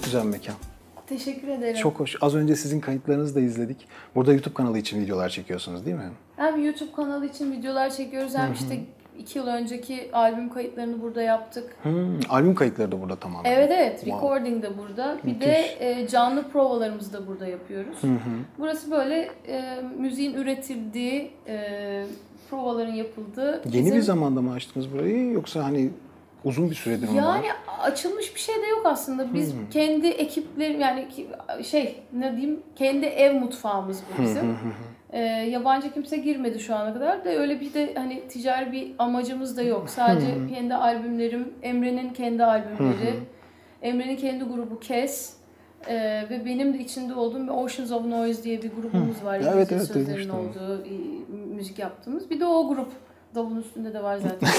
güzel bir mekan. Teşekkür ederim. Çok hoş. Az önce sizin kayıtlarınızı da izledik. Burada YouTube kanalı için videolar çekiyorsunuz değil mi? Hem YouTube kanalı için videolar çekiyoruz hem işte 2 yıl önceki albüm kayıtlarını burada yaptık. Albüm kayıtları da burada tamamen. Evet, Wow. recording de burada. Bir Müthiş. de canlı provalarımızı da burada yapıyoruz. Burası böyle müziğin üretildiği, provaların yapıldığı. Yeni bir zamanda mı açtınız burayı yoksa hani uzun bir süredir mi var? Yani açılmış bir şey de yok aslında. Biz kendi ekiplerim yani ne diyeyim kendi ev mutfağımız bu bizim. Yabancı kimse girmedi şu ana kadar da öyle bir de hani ticari bir amacımız da yok. Sadece kendi albümlerim, Emre'nin kendi albümleri, Emre'nin kendi grubu Kes ve benim de içinde olduğum bir Oceans of Noise diye bir grubumuz var. Evet, sözlerin olduğu müzik yaptığımız. Bir de o grup. Davulun üstünde de var zaten.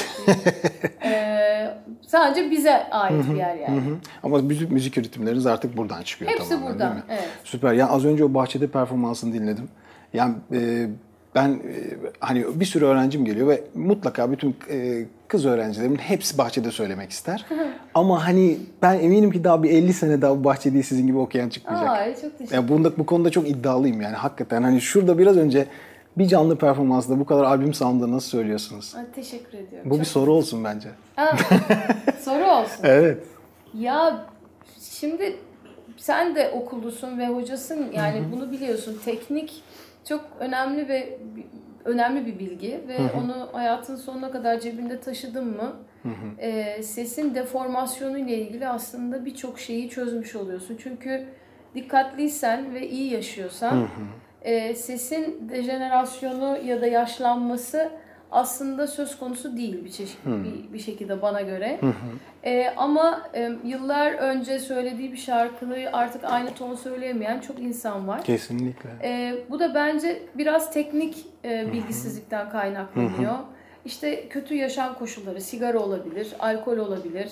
Sadece bize ait bir yer yani. Ama müzik üretimleriniz artık buradan çıkıyor. Hepsi tamamen, buradan, değil mi? evet. Süper. Ya az önce o bahçede performansını dinledim. Yani ben hani bir sürü öğrencim geliyor ve mutlaka bütün kız öğrencilerimin hepsi bahçede söylemek ister. Ama hani ben eminim ki daha bir 50 sene daha bu bahçedeyi sizin gibi okuyan çıkmayacak. Ay, çok teşekkür ederim. Yani bu konuda çok iddialıyım yani hakikaten. Hani şurada biraz önce bir canlı performansla bu kadar albüm sound'da nasıl söylüyorsunuz? Ay, teşekkür ediyorum. Bu bir soru olsun bence. Soru olsun. Evet. Ya şimdi sen de okullusun ve hocasın yani bunu biliyorsun. Teknik çok önemli bir bilgi ve onu hayatın sonuna kadar cebinde taşıdın mı sesin deformasyonu ile ilgili aslında birçok şeyi çözmüş oluyorsun. Çünkü dikkatliysen ve iyi yaşıyorsan sesin dejenerasyonu ya da yaşlanması aslında söz konusu değil bir şekilde bana göre. Ama yıllar önce söylediği bir şarkıyı artık aynı ton söyleyemeyen çok insan var. Kesinlikle. Bu da bence biraz teknik bilgisizlikten kaynaklanıyor. İşte kötü yaşam koşulları, sigara olabilir, alkol olabilir,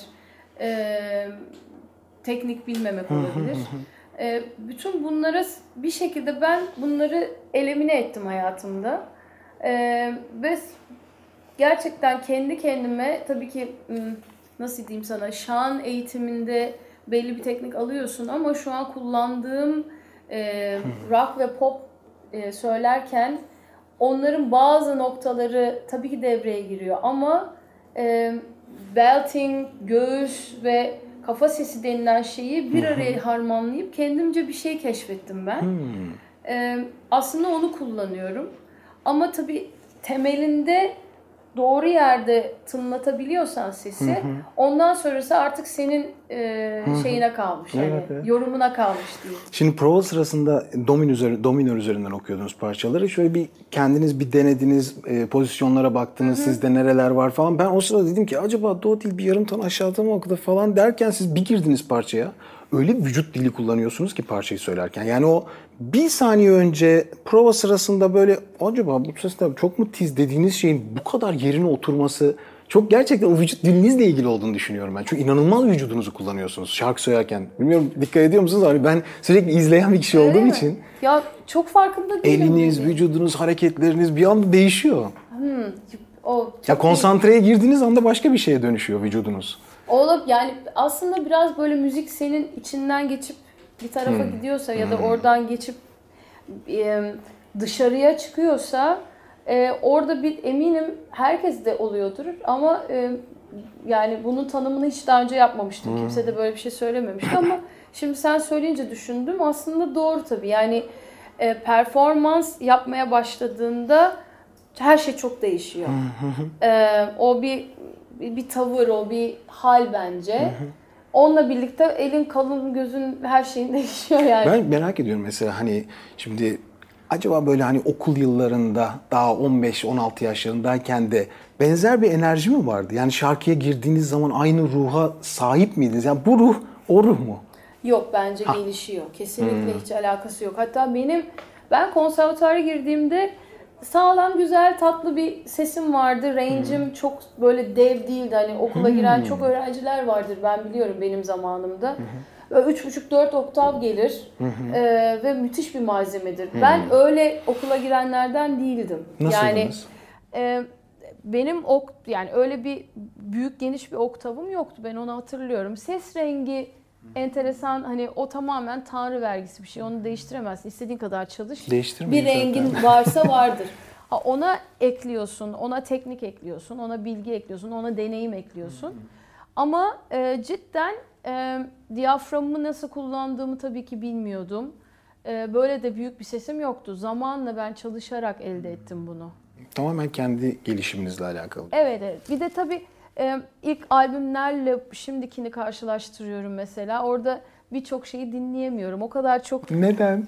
teknik bilmemek olabilir. Bütün bunlara bir şekilde ben bunları elimine ettim hayatımda. Ve gerçekten kendi kendime tabii ki nasıl diyeyim sana şan eğitiminde belli bir teknik alıyorsun ama şu an kullandığım rock ve pop söylerken onların bazı noktaları tabii ki devreye giriyor ama belting, göğüs ve kafa sesi denilen şeyi bir araya harmanlayıp kendimce bir şey keşfettim ben. Aslında onu kullanıyorum. Ama tabii temelinde doğru yerde tınlatabiliyorsan sesi ondan sonrası artık senin şeyine kalmış. Yani yorumuna kalmış değil. Şimdi prova sırasında dominör üzerinden okuyordunuz parçaları. Şöyle bir kendiniz bir denediniz, pozisyonlara baktınız, sizde nereler var falan. Ben o sırada dedim ki acaba do değil bir yarım ton aşağıda mı okudu falan derken siz bir girdiniz parçaya. Öyle bir vücut dili kullanıyorsunuz ki parçayı söylerken. Yani o bir saniye önce prova sırasında böyle acaba bu sesler çok mu tiz dediğiniz şeyin bu kadar yerine oturması çok gerçekten o vücut dilinizle ilgili olduğunu düşünüyorum ben. Çünkü inanılmaz vücudunuzu kullanıyorsunuz şarkı söylerken. Bilmiyorum dikkat ediyor musunuz? Hani ben sürekli izleyen bir kişi olduğum için. Ya çok farkında değilim. Eliniz, vücudunuz, hareketleriniz bir anda değişiyor. Ya konsantreye girdiğiniz anda başka bir şeye dönüşüyor vücudunuz. Yani aslında biraz böyle müzik senin içinden geçip bir tarafa gidiyorsa ya da oradan geçip dışarıya çıkıyorsa orada bir eminim herkes de oluyordur ama yani bunun tanımını hiç daha önce yapmamıştım. Kimse de böyle bir şey söylememişti ama şimdi sen söyleyince düşündüm aslında doğru tabii. Yani performans yapmaya başladığında her şey çok değişiyor. O bir tavır, o bir hal bence. Onunla birlikte elin, kalın, gözün her şeyin değişiyor yani. Ben merak ediyorum mesela hani şimdi acaba böyle hani okul yıllarında daha 15-16 yaşlarındayken de benzer bir enerji mi vardı? Yani şarkıya girdiğiniz zaman aynı ruha sahip miydiniz? Yani bu ruh o ruh mu? Yok bence gelişiyor. Kesinlikle hiç alakası yok. Hatta ben konservatuvara girdiğimde sağlam, güzel, tatlı bir sesim vardı. Range'im çok böyle dev değildi. Hani okula giren çok öğrenciler vardır. Ben biliyorum benim zamanımda. 3,5-4 oktav gelir ve müthiş bir malzemedir. Ben öyle okula girenlerden değildim. Nasıldınız? Yani benim yani öyle bir büyük geniş bir oktavım yoktu. Ben onu hatırlıyorum. Ses rengi enteresan, hani o tamamen tanrı vergisi bir şey. Onu değiştiremezsin. İstediğin kadar çalış. Değiştirmeyin Bir rengin zaten. varsa vardır. Ona ekliyorsun, ona teknik ekliyorsun, ona bilgi ekliyorsun, ona deneyim ekliyorsun. Ama cidden diyaframımı nasıl kullandığımı tabii ki bilmiyordum. Böyle de büyük bir sesim yoktu. Zamanla ben çalışarak elde ettim bunu. Tamamen kendi gelişiminizle alakalı. Evet, evet. Bir de tabii ilk albümlerle şimdikini karşılaştırıyorum mesela. Orada birçok şeyi dinleyemiyorum. O kadar çok... Neden?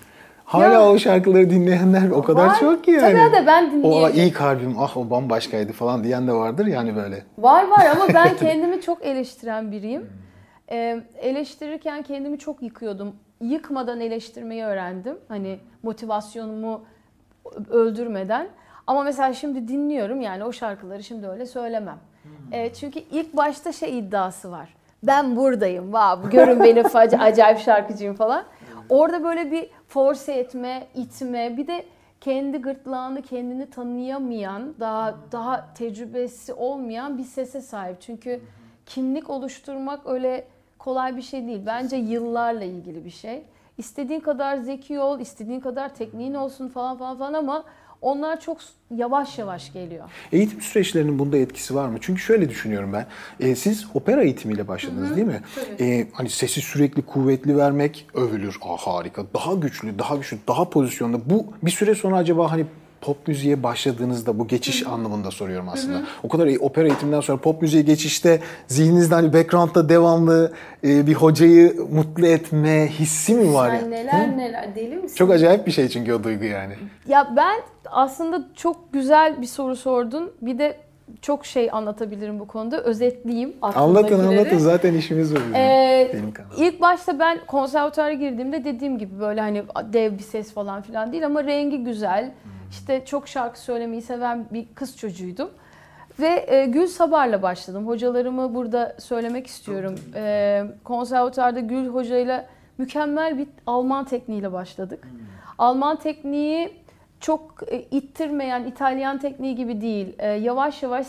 Hala o şarkıları dinleyenler o kadar Var. çok ki yani. Tabii de ben O dinleyemiyorum. ilk albüm, o bambaşkaydı falan diyen de vardır yani böyle. Var ama ben kendimi çok eleştiren biriyim. Eleştirirken kendimi çok yıkıyordum. Yıkmadan eleştirmeyi öğrendim. Hani motivasyonumu öldürmeden. Ama mesela şimdi dinliyorum, yani o şarkıları şimdi öyle söylemem. Çünkü ilk başta şey iddiası var. Ben buradayım, wow, görün beni, acayip şarkıcıyım falan. Orada böyle bir force etme, itme, bir de kendi gırtlağını, kendini tanıyamayan, daha tecrübesi olmayan bir sese sahip. Çünkü kimlik oluşturmak öyle kolay bir şey değil. Bence yıllarla ilgili bir şey. İstediğin kadar zeki ol, istediğin kadar tekniğin olsun falan ama onlar çok yavaş yavaş geliyor. Eğitim süreçlerinin bunda etkisi var mı? Çünkü şöyle düşünüyorum ben. Siz opera eğitimiyle başladınız değil mi? Hani sesi sürekli kuvvetli vermek övülür. Harika. Daha güçlü, daha pozisyonda. Bu bir süre sonra acaba hani pop müziğe başladığınızda, bu geçiş anlamında soruyorum aslında. O kadar opera eğitiminden sonra pop müziğe geçişte zihninizde hani background'da devamlı bir hocayı mutlu etme hissi mi var? Sen neler deli misin? Çok acayip bir şey çünkü o duygu yani. Ya ben aslında çok güzel bir soru sordun. Bir de çok şey anlatabilirim bu konuda. Özetleyeyim aklımdakileri. Anlatın zaten işimiz var. Benim kanalım. İlk başta ben konservatuvara girdiğimde dediğim gibi böyle hani dev bir ses falan filan değil ama rengi güzel. İşte çok şarkı söylemeyi seven bir kız çocuğuydum. Ve Gül Sabar'la başladım. Hocalarımı burada söylemek istiyorum. Konservatuvarda Gül hocayla mükemmel bir Alman tekniğiyle başladık. Alman tekniği çok ittirmeyen İtalyan tekniği gibi değil. Yavaş yavaş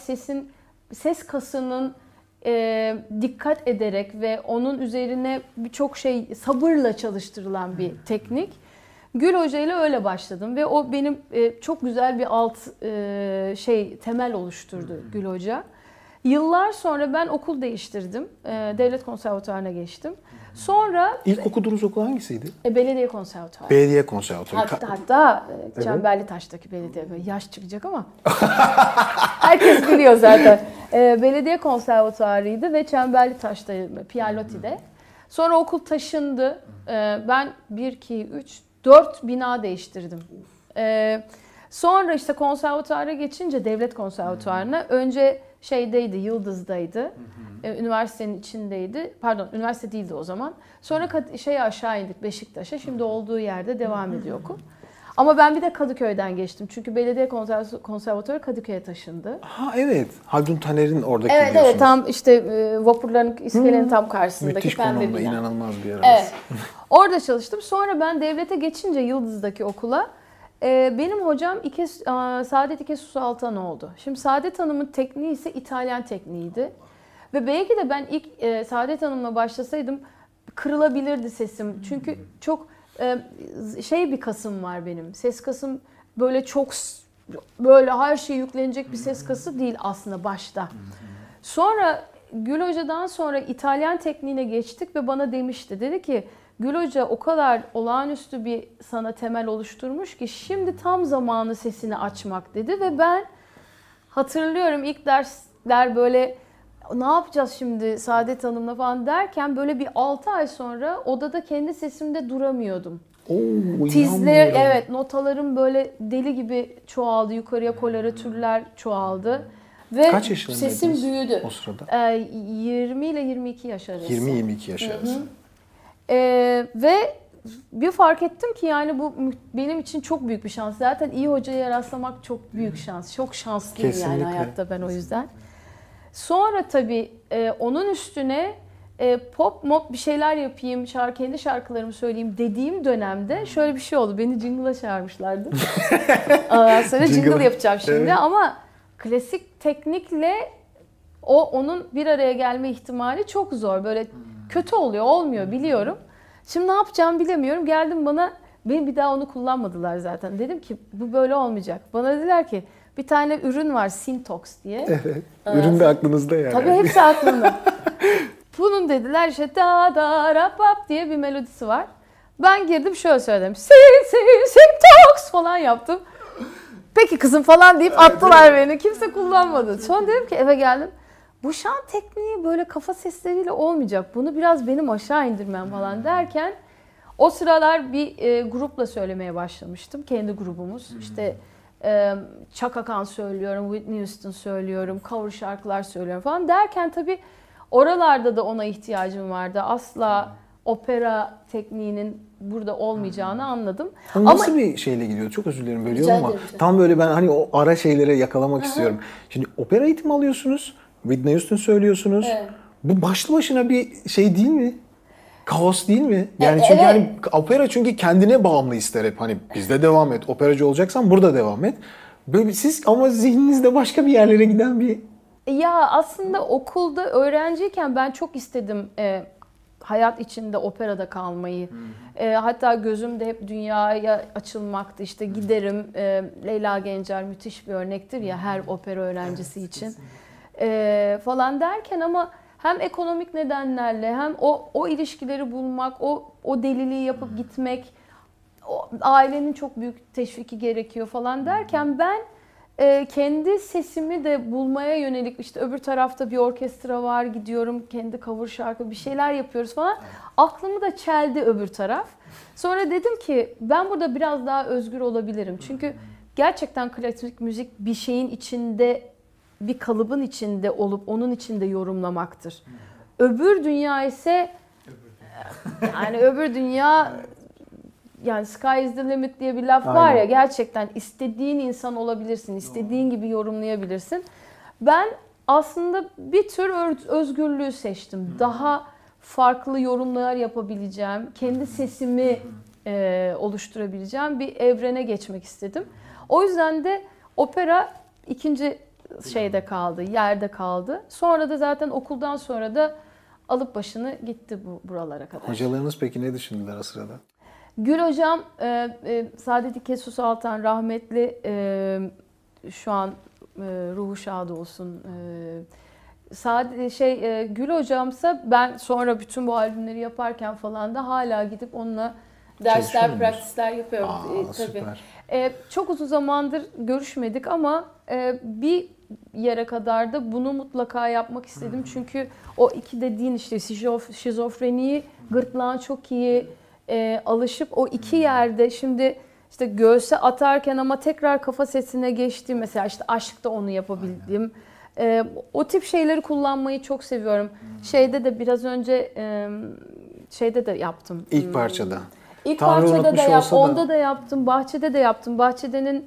ses kasının dikkat ederek ve onun üzerine birçok şey sabırla çalıştırılan bir teknik. Gül Hoca ile öyle başladım ve o benim çok güzel bir temel oluşturdu Gül Hoca. Yıllar sonra ben okul değiştirdim. Devlet Konservatuvarı'na geçtim. Sonra İlk okuduğunuz okul hangisiydi? Belediye Konservatuvarı. Belediye Konservatuvarı. Hatta Çemberlitaş'taki belediye, yaş çıkacak ama herkes biliyor zaten. Belediye Konservatuvarı'ydı ve Çemberlitaş'taydı, Pierlotti'de. Sonra okul taşındı. Ben 4 bina değiştirdim. Sonra işte konservatuvara geçince devlet konservatuvarına önce Yıldız'daydı. Üniversitenin içindeydi. Pardon, üniversite değildi o zaman. Sonra aşağı indik Beşiktaş'a. Şimdi olduğu yerde devam ediyor okul. Ama ben bir de Kadıköy'den geçtim. Çünkü belediye konservatuvarı Kadıköy'e taşındı. Ha evet. Haldun Taner'in oradaki Evet diyorsunuz. evet, tam işte vapurların iskelenin tam karşısındaki müthiş pembe konumda, bina. inanılmaz bir yer. Evet. Orada çalıştım. Sonra ben devlete geçince Yıldız'daki okula benim hocam Saadet İkesu Altan oldu. Şimdi Saadet Hanım'ın tekniği ise İtalyan tekniğiydi. Ve belki de ben ilk Saadet Hanım'la başlasaydım kırılabilirdi sesim. Çünkü çok bir kasım var benim. Ses kasım böyle çok böyle her şeye yüklenecek bir ses kası değil aslında başta. Sonra Gül Hoca'dan sonra İtalyan tekniğine geçtik ve bana demişti. Dedi ki Gül Hoca o kadar olağanüstü bir sana temel oluşturmuş ki şimdi tam zamanı sesini açmak dedi. Ve ben hatırlıyorum ilk dersler böyle ne yapacağız şimdi Saadet Hanım'la falan derken böyle bir 6 ay sonra odada kendi sesimde duramıyordum. Tizler, evet, notalarım böyle deli gibi çoğaldı. Yukarıya koloratürler çoğaldı. Ve kaç yaşındaydınız sesim büyüdü. o sırada? 20 ile 22 yaş arası. 20-22 yaş arası. Ve bir fark ettim ki yani bu benim için çok büyük bir şans. Zaten iyi hocaya rastlamak çok büyük şans. Çok şanslıyım yani hayatta ben o yüzden. Sonra tabii onun üstüne pop bir şeyler yapayım, kendi şarkılarımı söyleyeyim dediğim dönemde şöyle bir şey oldu. Beni jingle'a çağırmışlardı. Sonra jingle yapacağım şimdi, evet. Ama klasik teknikle onun bir araya gelme ihtimali çok zor. Böyle Kötü oluyor, olmuyor biliyorum. Şimdi ne yapacağımı bilemiyorum. Geldim bana, benim bir daha onu kullanmadılar zaten. Dedim ki bu böyle olmayacak. Bana dediler ki bir tane ürün var Syntox diye. Evet. Ürün de aklınızda yani. Tabii hepsi aklımda. Bunun dediler işte da da rap rap diye bir melodisi var. Ben girdim şöyle söyledim. Syntox falan yaptım. Peki kızım falan deyip attılar beni. Kimse kullanmadı. Sonra dedim ki eve geldim. Bu şan tekniği böyle kafa sesleriyle olmayacak. Bunu biraz benim aşağı indirmem falan derken o sıralar bir grupla söylemeye başlamıştım. Kendi grubumuz. İşte Chaka Khan söylüyorum, Whitney Houston söylüyorum, cover şarkılar söylüyorum falan derken tabii oralarda da ona ihtiyacım vardı. Asla opera tekniğinin burada olmayacağını anladım. Nasıl bir şeyle gidiyor? Çok özür dilerim bölüyorum ama tam böyle ben hani o ara şeylere yakalamak istiyorum. Şimdi opera eğitimi alıyorsunuz, Whitney Houston söylüyorsunuz. Evet. Bu başlı başına bir şey değil mi? Kaos değil mi? Yani çünkü hani opera çünkü kendine bağımlı ister hep. Hani bizde devam et. Operacı olacaksan burada devam et. Böyle siz ama zihninizde başka bir yerlere giden bir... Ya aslında okulda öğrenciyken ben çok istedim hayat içinde operada kalmayı. Hatta gözümde hep dünyaya açılmaktı. İşte giderim. Leyla Gencer müthiş bir örnektir ya her opera öğrencisi için. Falan derken ama hem ekonomik nedenlerle hem o ilişkileri bulmak, o deliliği yapıp gitmek, ailenin çok büyük teşviki gerekiyor falan derken ben kendi sesimi de bulmaya yönelik işte öbür tarafta bir orkestra var, gidiyorum kendi cover şarkı bir şeyler yapıyoruz falan. Aklımı da çeldi öbür taraf. Sonra dedim ki ben burada biraz daha özgür olabilirim. Çünkü gerçekten klasik müzik bir şeyin içinde, bir kalıbın içinde olup onun içinde yorumlamaktır. Öbür dünya ise yani öbür dünya yani sky is the limit diye bir laf var ya gerçekten istediğin insan olabilirsin, istediğin gibi yorumlayabilirsin. Ben aslında bir tür özgürlüğü seçtim. Daha farklı yorumlar yapabileceğim, kendi sesimi oluşturabileceğim bir evrene geçmek istedim. O yüzden de opera ikinci şeyde kaldı, yerde kaldı. Sonra da zaten okuldan sonra da alıp başını gitti buralara kadar. Hocalarınız peki ne düşündüler o sırada? Gül hocam, Saadettin Kesus Altan rahmetli, şu an ruhu şad olsun. Gül hocamsa ben sonra bütün bu albümleri yaparken falan da hala gidip onunla dersler, pratisler yapıyorum. Tabii. Çok uzun zamandır görüşmedik ama bir yere kadar da bunu mutlaka yapmak istedim. Çünkü o iki dediğin işte şizofreniyi gırtlağın çok iyi alışıp o iki yerde şimdi işte göğse atarken ama tekrar kafa sesine geçtim. Mesela işte aşkta onu yapabildim. O tip şeyleri kullanmayı çok seviyorum. Şeyde de biraz önce şeyde de yaptım. İlk parçada. İlk parçada da yaptım. Onda da yaptım. Bahçede de yaptım. Bahçede'nin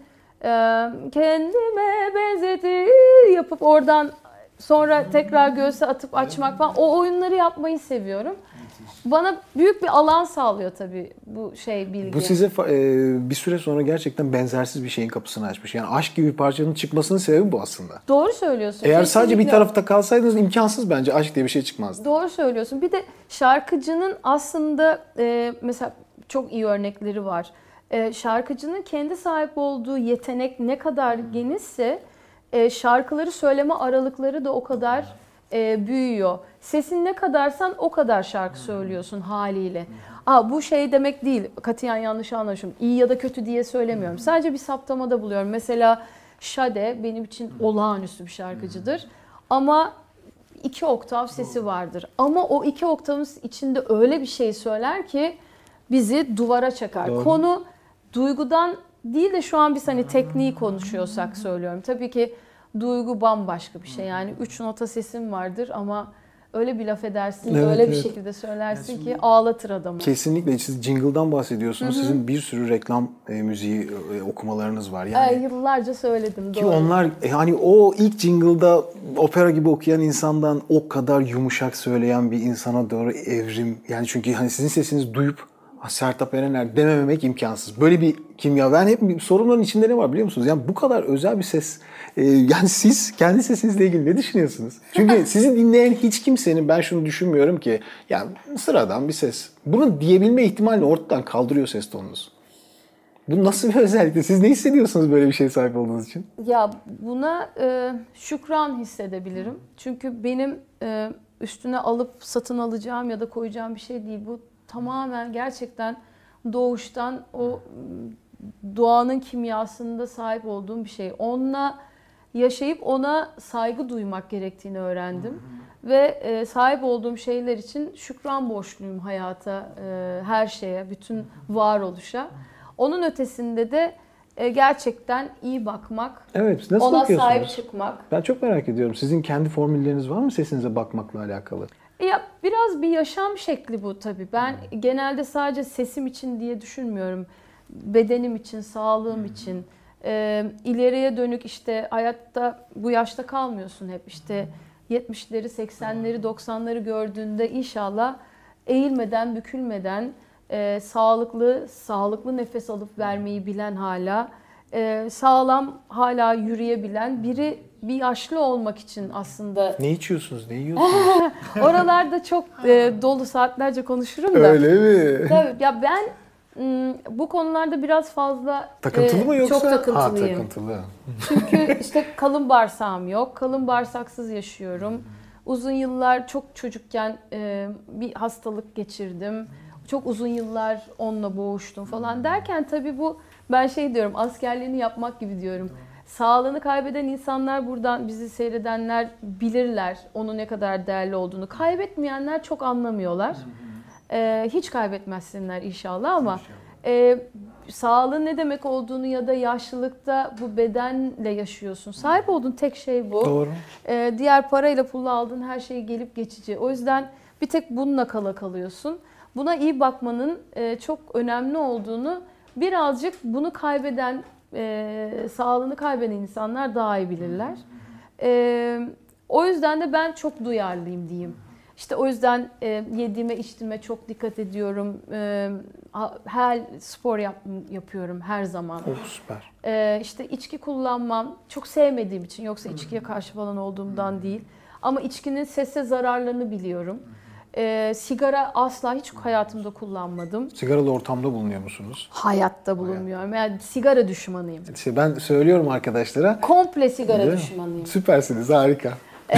kendime benzedi yapıp oradan sonra tekrar göğse atıp açmak falan. O oyunları yapmayı seviyorum. Bana büyük bir alan sağlıyor tabii bu bilgi. Bu size bir süre sonra gerçekten benzersiz bir şeyin kapısını açmış. Yani aşk gibi bir parçanın çıkmasının sebebi bu aslında. Doğru söylüyorsun. Eğer kesinlikle sadece bir tarafta kalsaydınız imkansız bence aşk diye bir şey çıkmazdı. Doğru söylüyorsun. Bir de şarkıcının aslında mesela çok iyi örnekleri var. Şarkıcının kendi sahip olduğu yetenek ne kadar genişse şarkıları söyleme aralıkları da o kadar büyüyor. Sesin ne kadarsan o kadar şarkı söylüyorsun haliyle. Bu şey demek değil. Katiyen yanlış anlaşılma. İyi ya da kötü diye söylemiyorum. Sadece bir saptamada buluyorum. Mesela Sade benim için olağanüstü bir şarkıcıdır. Ama 2 oktav sesi vardır. Ama o 2 oktavın içinde öyle bir şey söyler ki bizi duvara çakar. Doğru. Konu duygudan değil de şu an biz hani tekniği konuşuyorsak söylüyorum. Tabii ki duygu bambaşka bir şey. Yani 3 nota sesin vardır ama öyle bir laf edersin, evet, öyle bir şekilde söylersin ki ağlatır adamı. Kesinlikle. Siz jingle'dan bahsediyorsunuz. Hı-hı. Sizin bir sürü reklam müziği okumalarınız var. Yani yıllarca söyledim. Ki doğru. Onlar hani o ilk jingle'da opera gibi okuyan insandan o kadar yumuşak söyleyen bir insana doğru evrim. Yani çünkü hani sizin sesinizi duyup Sertab Erener dememek imkansız. Böyle bir kimya. Ben hep sorunların içinde ne var biliyor musunuz? Yani bu kadar özel bir ses. Yani siz kendi sesinizle ilgili ne düşünüyorsunuz? Çünkü sizi dinleyen hiç kimsenin, ben şunu düşünmüyorum ki, yani sıradan bir ses. Bunu diyebilme ihtimalini ortadan kaldırıyor ses tonunuz. Bu nasıl bir özellikti? Siz ne hissediyorsunuz böyle bir şeye sahip olduğunuz için? Ya buna şükran hissedebilirim. Çünkü benim üstüne alıp satın alacağım ya da koyacağım bir şey değil. Bu tamamen gerçekten doğuştan o doğanın kimyasında sahip olduğum bir şey. Onunla yaşayıp ona saygı duymak gerektiğini öğrendim. Ve sahip olduğum şeyler için şükran borçluyum hayata, her şeye, bütün varoluşa. Onun ötesinde de gerçekten iyi bakmak, Evet, nasıl ona bakıyorsunuz? sahip çıkmak. Ben çok merak ediyorum. Sizin kendi formülleriniz var mı sesinize bakmakla alakalı? Ya biraz bir yaşam şekli bu tabii. Ben genelde sadece sesim için diye düşünmüyorum. Bedenim için, sağlığım için. İleriye dönük işte hayatta bu yaşta kalmıyorsun hep. İşte 70'leri, 80'leri, 90'ları gördüğünde inşallah eğilmeden, bükülmeden sağlıklı nefes alıp vermeyi bilen hala, sağlam hala yürüyebilen biri bir yaşlı olmak için aslında. Ne içiyorsunuz, ne yiyorsunuz? Oralarda çok dolu saatlerce konuşurum da. Öyle mi? Tabii ya ben bu konularda biraz fazla Takıntılı mı yoksa? çok takıntılıyım. Takıntılı. Çünkü işte kalın bağırsağım yok. Kalın bağırsaksız yaşıyorum. Uzun yıllar çok çocukken bir hastalık geçirdim. Çok uzun yıllar onunla boğuştum falan derken tabii bu ben şey diyorum, askerliğini yapmak gibi diyorum. Sağlığını kaybeden insanlar, buradan bizi seyredenler bilirler onun ne kadar değerli olduğunu. Kaybetmeyenler çok anlamıyorlar. Hiç kaybetmezsinler inşallah ama sağlığın ne demek olduğunu ya da yaşlılıkta bu bedenle yaşıyorsun. Sahip olduğun tek şey bu. Doğru. Diğer parayla pulla aldığın her şey gelip geçici. O yüzden bir tek bununla kalıyorsun. Buna iyi bakmanın çok önemli olduğunu birazcık bunu kaybeden, sağlığını kaybeden insanlar daha iyi bilirler. O yüzden de ben çok duyarlıyım diyeyim. İşte o yüzden yediğime içtiğime çok dikkat ediyorum. Her spor yapıyorum her zaman. Oh, süper. İşte içki kullanmam çok sevmediğim için, yoksa içkiye karşı falan olduğumdan değil. Ama içkinin sese zararlarını biliyorum. Sigara asla hiç hayatımda kullanmadım. Sigaralı ortamda bulunuyor musunuz? Hayatta bulunmuyorum. Yani sigara düşmanıyım. İşte ben söylüyorum arkadaşlara. Komple sigara Değil mi? düşmanıyım. Süpersiniz, harika.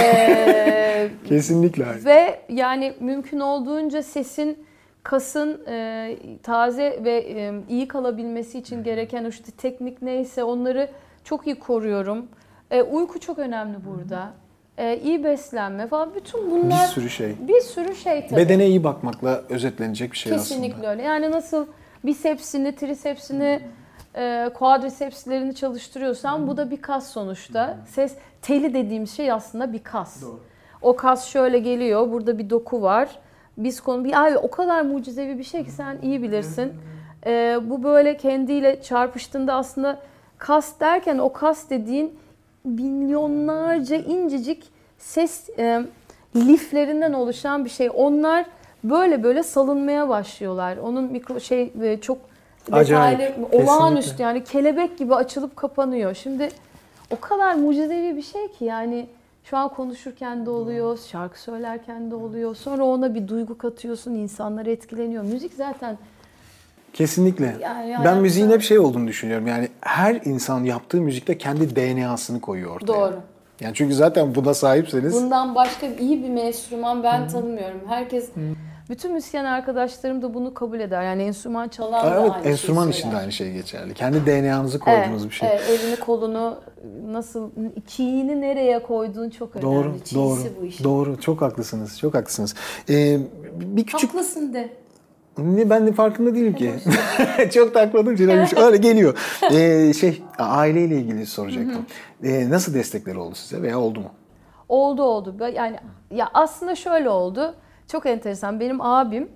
Kesinlikle harika. Ve yani mümkün olduğunca sesin, kasın taze ve iyi kalabilmesi için gereken işte teknik neyse onları çok iyi koruyorum. Uyku çok önemli burada. İyi beslenme falan, bütün bunlar Bir sürü şey. Bir sürü şey tabii. Bedene iyi bakmakla özetlenecek bir şey Kesinlikle aslında. öyle. Yani nasıl bisepsini, trisepsini, quadricepslerini çalıştırıyorsan bu da bir kas sonuçta. Ses teli dediğimiz şey aslında bir kas. Doğru. O kas şöyle geliyor. Burada bir doku var. Biz abi o kadar mucizevi bir şey ki sen iyi bilirsin. Bu böyle kendiyle çarpıştığında aslında kas derken o kas dediğin milyonlarca incecik ses liflerinden oluşan bir şey. Onlar böyle salınmaya başlıyorlar. Onun çok detaylı, Acayip, olağanüstü kesinlikle. yani kelebek gibi açılıp kapanıyor. Şimdi o kadar mucizevi bir şey ki yani şu an konuşurken de oluyor, şarkı söylerken de oluyor. Sonra ona bir duygu katıyorsun, insanlar etkileniyor. Müzik zaten Kesinlikle. Yani ben müziğin hep şey olduğunu düşünüyorum. Yani her insan yaptığı müzikte kendi DNA'sını koyuyor ortaya. doğru. Yani çünkü zaten buna sahipseniz. Bundan başka iyi bir enstrüman ben tanımıyorum. Herkes, bütün müzisyen arkadaşlarım da bunu kabul eder. Yani enstrüman çalan da Evet, aynı enstrüman şeyi için de söyler. aynı şey geçerli. Kendi DNA'nızı koyduğunuz bir şey. Evet, elini kolunu nasıl, çiğini nereye koyduğun çok önemli. Doğru, Çiğsi doğru. bu işin. Doğru, çok haklısınız. Çok haklısınız. Bir küçük Haklısın de. ben de farkında değilim ki. Çok takladım Celal. Öyle geliyor. Aileyle ilgili soracaktım. Nasıl destekleri oldu size veya oldu mu? Oldu. Yani ya aslında şöyle oldu. Çok enteresan. Benim abim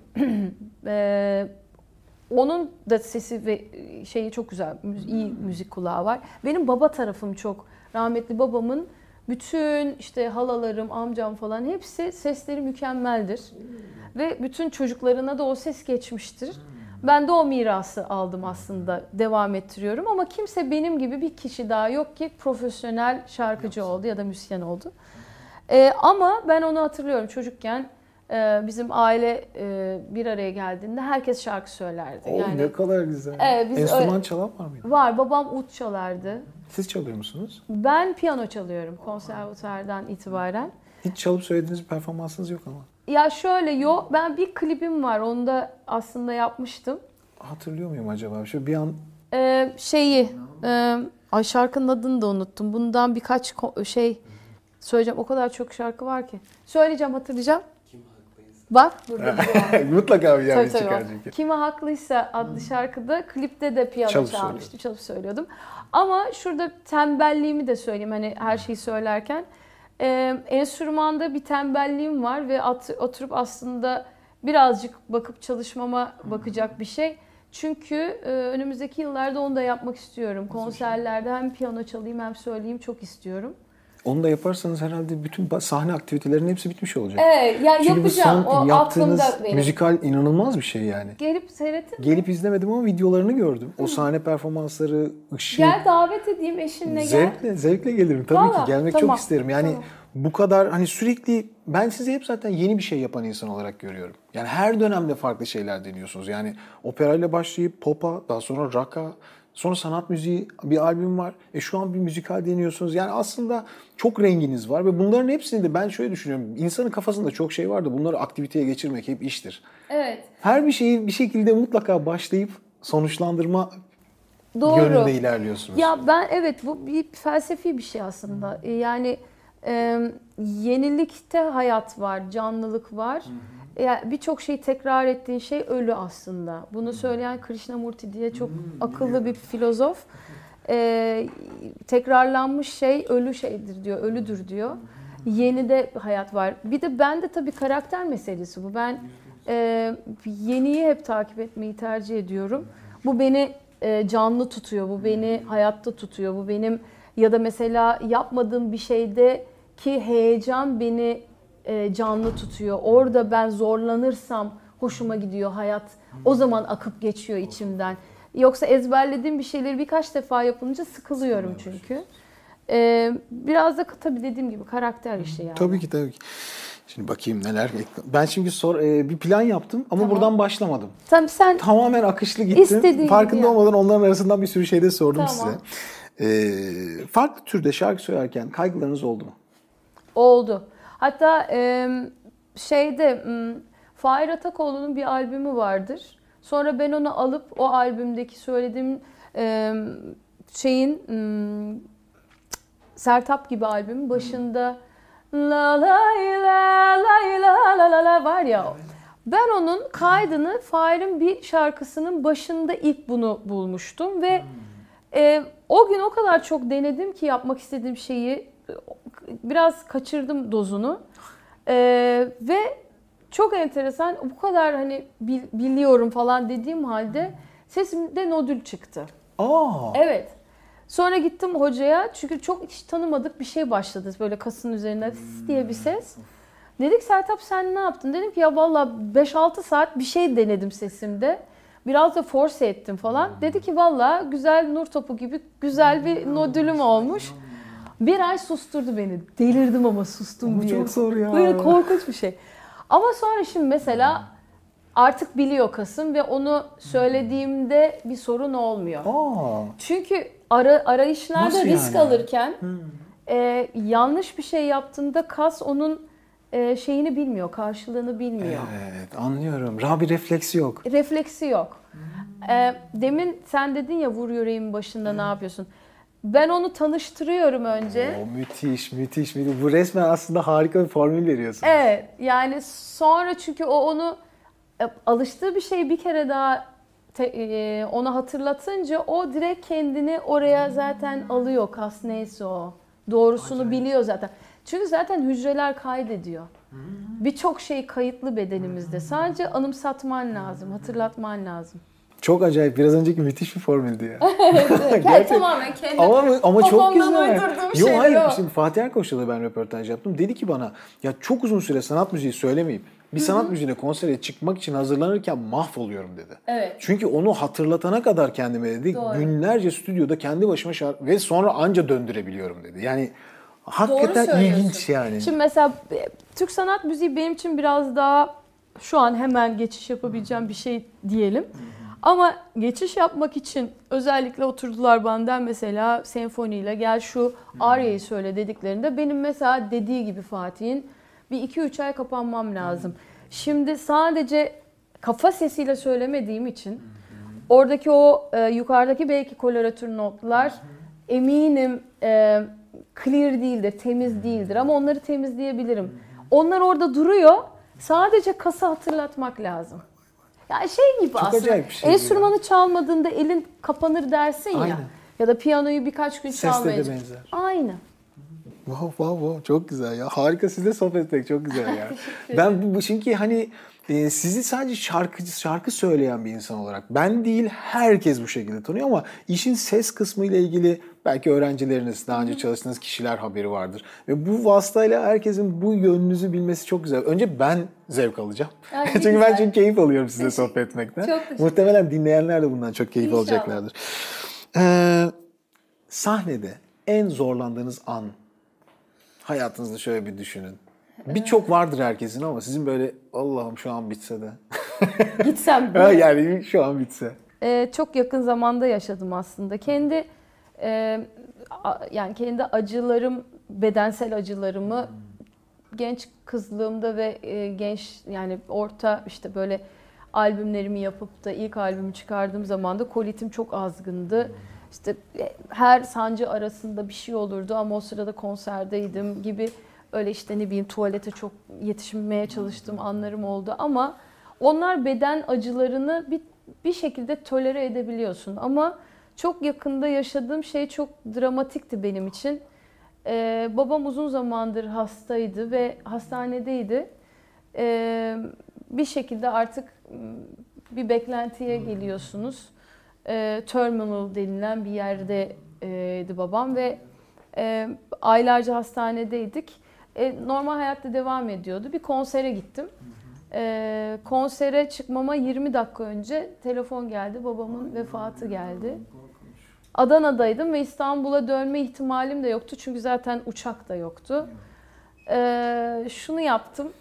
onun da sesi ve şeyi çok güzel. İyi müzik kulağı var. Benim baba tarafım çok. Rahmetli babamın bütün işte halalarım, amcam falan hepsi sesleri mükemmeldir. Ve bütün çocuklarına da o ses geçmiştir. Ben de o mirası aldım aslında, devam ettiriyorum. Ama kimse benim gibi bir kişi daha yok ki profesyonel şarkıcı oldu ya da müzisyen oldu. Ama ben onu hatırlıyorum çocukken. Bizim aile bir araya geldiğinde herkes şarkı söylerdi. Yani, ne kadar güzel. Enstrüman çalan var mıydı? Var. Babam ud çalardı. Siz çalıyor musunuz? Ben piyano çalıyorum konservatuardan itibaren. Hiç çalıp söylediğiniz bir performansınız yok ama. Ya şöyle yok. Ben bir klibim var. Onu da aslında yapmıştım. Hatırlıyor muyum acaba? Şu bir an... Şarkının adını da unuttum. Bundan birkaç söyleyeceğim. O kadar çok şarkı var ki. Söyleyeceğim, hatırlayacağım. Bak burada. Mutlaka bir yerde çıkar çünkü. Kime Haklıysa adlı şarkıda klipte de piyano çalmıştım. Çalıp söylüyordum. Ama şurada tembelliğimi de söyleyeyim hani her şeyi söylerken. Enstrümanda bir tembelliğim var ve oturup aslında birazcık bakıp çalışmama bakacak bir şey. Çünkü önümüzdeki yıllarda onu da yapmak istiyorum. Konserlerde hem piyano çalayım hem söyleyeyim çok istiyorum. Onu da yaparsanız herhalde bütün sahne aktivitelerinin hepsi bitmiş olacak. Evet, ya çünkü yapacağım. Bu son yaptığınız benim. müzikal inanılmaz bir şey yani. Gelip seyrettin mi? Gelip izlemedim ama videolarını gördüm. O sahne performansları, ışık. Gel davet edeyim, eşinle gel. Zevkle gelirim tabii Vallahi, ki. Gelmek tamam, çok isterim. Yani bu kadar hani sürekli ben sizi hep zaten yeni bir şey yapan insan olarak görüyorum. Yani her dönemde farklı şeyler deniyorsunuz. Yani operayla başlayıp pop'a, daha sonra rock'a, sonra sanat müziği bir albüm var. Şu an bir müzikal deniyorsunuz. Yani aslında çok renginiz var ve bunların hepsini de ben şöyle düşünüyorum. İnsanın kafasında çok şey var da bunları aktiviteye geçirmek hep iştir. Evet. Her bir şeyi bir şekilde mutlaka başlayıp sonuçlandırma yönünde ilerliyorsunuz. Ya bu bir felsefi bir şey aslında. Yani yenilikte hayat var, canlılık var. Yani birçok şeyi tekrar ettiğin şey ölü aslında. Bunu söyleyen Krishnamurti diye çok akıllı bir filozof. Tekrarlanmış şey ölü şeydir diyor, ölüdür diyor. Yeni de hayat var. Bir de bende tabii karakter meselesi bu. Ben yeniyi hep takip etmeyi tercih ediyorum. Bu beni canlı tutuyor, bu beni hayatta tutuyor, bu benim ya da mesela yapmadığım bir şeydeki heyecan beni canlı tutuyor. Orada ben zorlanırsam hoşuma gidiyor hayat. O zaman akıp geçiyor içimden. Yoksa ezberlediğim bir şeyleri birkaç defa yapınca sıkılıyorum çünkü. Biraz da tabii dediğim gibi karakter işi yani. Tabii ki. Şimdi bakayım neler. Ben şimdi bir plan yaptım ama buradan başlamadım. Tabii sen tamamen akışlı gittim. Farkında olmadan onların arasından bir sürü şey de sordum size. Farklı türde şarkı söylerken kaygılarınız oldu mu? Oldu. Hatta Fahir Atakoğlu'nun bir albümü vardır. Sonra ben onu alıp o albümdeki söylediğim Sertab gibi albümün başında la la la la la la var ya. Ben onun kaydını Fahir'in bir şarkısının başında ilk bunu bulmuştum ve o gün o kadar çok denedim ki yapmak istediğim şeyi biraz kaçırdım dozunu. Ve çok enteresan bu kadar hani biliyorum falan dediğim halde sesimde nodül çıktı. Evet. Sonra gittim hocaya çünkü çok hiç tanımadık bir şey başladı. Böyle kasın üzerinde diye bir ses. Dedik Sertab sen ne yaptın? Dedim ki ya valla 5-6 saat bir şey denedim sesimde. Biraz da force ettim falan. Dedi ki valla güzel nur topu gibi güzel bir nodülüm olmuş. Bir ay susturdu beni. Delirdim ama sustum diye. Çok zor ya. Böyle korkunç bir şey. Ama sonra şimdi mesela artık biliyor kasım ve onu söylediğimde bir sorun olmuyor. Çünkü arayışlarda risk alırken yanlış bir şey yaptığında kas onun şeyini bilmiyor, karşılığını bilmiyor. Evet, anlıyorum. Bir refleksi yok. Refleksi yok. Demin sen dedin ya vur yüreğimin başında ne yapıyorsun? Ben onu tanıştırıyorum önce. Müthiş. Bu resmen aslında harika bir formül veriyorsun. Evet, yani sonra çünkü o onu alıştığı bir şeyi bir kere daha ona hatırlatınca o direkt kendini oraya zaten alıyor. Kas neyse o. Doğrusunu biliyor zaten. Çünkü zaten hücreler kaydediyor. Birçok şey kayıtlı bedenimizde. Sadece anımsatman lazım, hatırlatman lazım. Çok acayip. Biraz önceki müthiş bir formüldü ya. Evet, tamamen kendi ama çok güzel. uydurduğum şeyler hayır. o. Şimdi Fatih Erkoç'la da ben röportaj yaptım. Dedi ki bana ya çok uzun süre sanat müziği söylemeyip bir sanat müziğine konsere çıkmak için hazırlanırken mahvoluyorum dedi. Evet. Çünkü onu hatırlatana kadar kendime dedi Doğru. günlerce stüdyoda kendi başıma şarkı ve sonra anca döndürebiliyorum dedi. Yani hakikaten söylüyorsun. ilginç yani. Şimdi mesela Türk sanat müziği benim için biraz daha şu an hemen geçiş yapabileceğim bir şey diyelim. Ama geçiş yapmak için özellikle oturdular benden mesela senfoniyle gel şu aryayı söyle dediklerinde benim mesela dediği gibi Fatih'in bir 2-3 ay kapanmam lazım. Şimdi sadece kafa sesiyle söylemediğim için oradaki o yukarıdaki belki koloratür notlar eminim clear değildir, temiz değildir ama onları temizleyebilirim. Onlar orada duruyor. Sadece kasa hatırlatmak lazım. Ya şey gibi Çok aslında. acayip bir şey bu Enstrümanı çalmadığında elin kapanır dersin ya. Aynen. Ya da piyanoyu birkaç gün Sesle de çalmayacak. benzer. Aynı. Wow, çok güzel ya. Harika, sizle sohbet etmek çok güzel ya. Ben bu çünkü hani sizi sadece şarkı söyleyen bir insan olarak ben değil herkes bu şekilde tanıyor ama işin ses kısmı ile ilgili belki öğrencileriniz, daha önce çalıştığınız kişiler haberi vardır. Ve bu vasıtayla herkesin bu yönünüzü bilmesi çok güzel. Önce ben zevk alacağım. Ay, ne Çünkü ben güzel. çok keyif alıyorum sizinle sohbet etmekten. Çok teşekkür Muhtemelen dinleyenler de bundan çok keyif İnşallah. alacaklardır. Sahnede en zorlandığınız an hayatınızda şöyle bir düşünün. Birçok vardır herkesin ama sizin böyle Allah'ım şu an bitse de. Gitsem de. Yani şu an bitse. Çok yakın zamanda yaşadım aslında. Yani kendi acılarım, bedensel acılarımı genç kızlığımda ve genç yani orta işte böyle albümlerimi yapıp da ilk albümü çıkardığım zaman da kolitim çok azgındı. İşte her sancı arasında bir şey olurdu ama o sırada konserdeydim gibi öyle işte ne bileyim tuvalete çok yetişmeye çalıştığım anlarım oldu ama onlar beden acılarını bir şekilde tolere edebiliyorsun ama çok yakında yaşadığım şey çok dramatikti benim için. Babam uzun zamandır hastaydı ve hastanedeydi. Bir şekilde artık bir beklentiye geliyorsunuz. Terminal denilen bir yerdeydi babam ve aylarca hastanedeydik. Normal hayatta devam ediyordu. Bir konsere gittim. Konsere çıkmama 20 dakika önce telefon geldi. Babamın vefatı geldi. Adana'daydım ve İstanbul'a dönme ihtimalim de yoktu. Çünkü zaten uçak da yoktu. Şunu yaptım.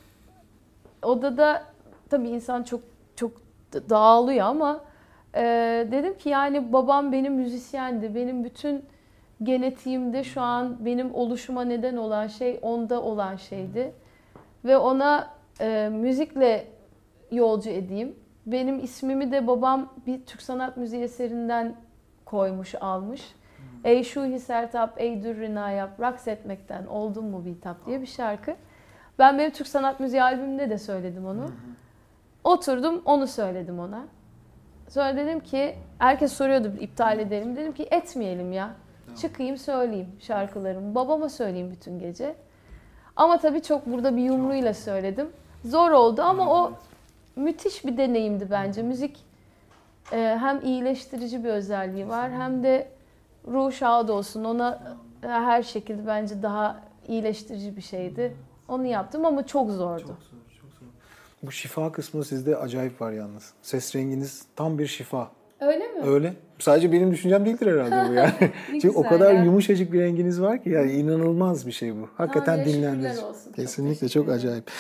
Odada tabii insan çok dağılıyor ama dedim ki yani babam benim müzisyendi. Benim bütün genetiğimde şu an benim oluşuma neden olan şey onda olan şeydi. Ve ona müzikle yolcu edeyim. Benim ismimi de babam bir Türk sanat müziği eserinden koymuş, almış. Ey Şuhi Sertap, ey Dürrina yap, raks etmekten oldun mu bitap diye bir şarkı. Ben benim Türk sanat müziği albümümde de söyledim onu. Oturdum, onu söyledim ona. Sonra dedim ki, herkes soruyordu iptal edelim. Dedim ki etmeyelim ya. Çıkayım söyleyeyim şarkılarımı. Babama söyleyeyim bütün gece. Ama tabii çok burada bir yumruğuyla söyledim. Zor oldu ama o müthiş bir deneyimdi bence. Müzik hem iyileştirici bir özelliği var hem de ruh şad olsun. Ona her şekilde bence daha iyileştirici bir şeydi. Onu yaptım ama çok zordu. Çok zor. Bu şifa kısmı sizde acayip var yalnız. Ses renginiz tam bir şifa. Öyle mi? Öyle. Sadece benim düşüncem değildir herhalde bu yani. Çünkü o kadar yumuşacık bir renginiz var ki yani inanılmaz bir şey bu. Hakikaten dinlendirici. Kesinlikle çok acayip.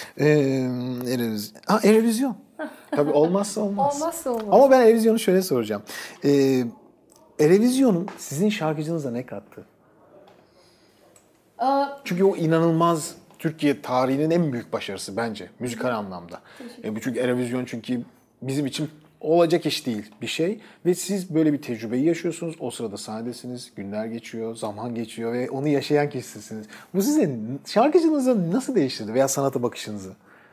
Erevizyon. Tabii olmazsa olmaz. Olmazsa olmaz. Ama ben Erevizyon'u şöyle soracağım. Erevizyon'un sizin şarkıcınıza ne kattı? Çünkü o inanılmaz Türkiye tarihinin en büyük başarısı bence müzikal anlamda. Çünkü Erevizyon çünkü bizim için olacak iş değil bir şey ve siz böyle bir tecrübeyi yaşıyorsunuz. O sırada sahnedesiniz, günler geçiyor, zaman geçiyor ve onu yaşayan kişisiniz. Bu sizin şarkıcınızı nasıl değiştirdi veya sanata bakışınızı?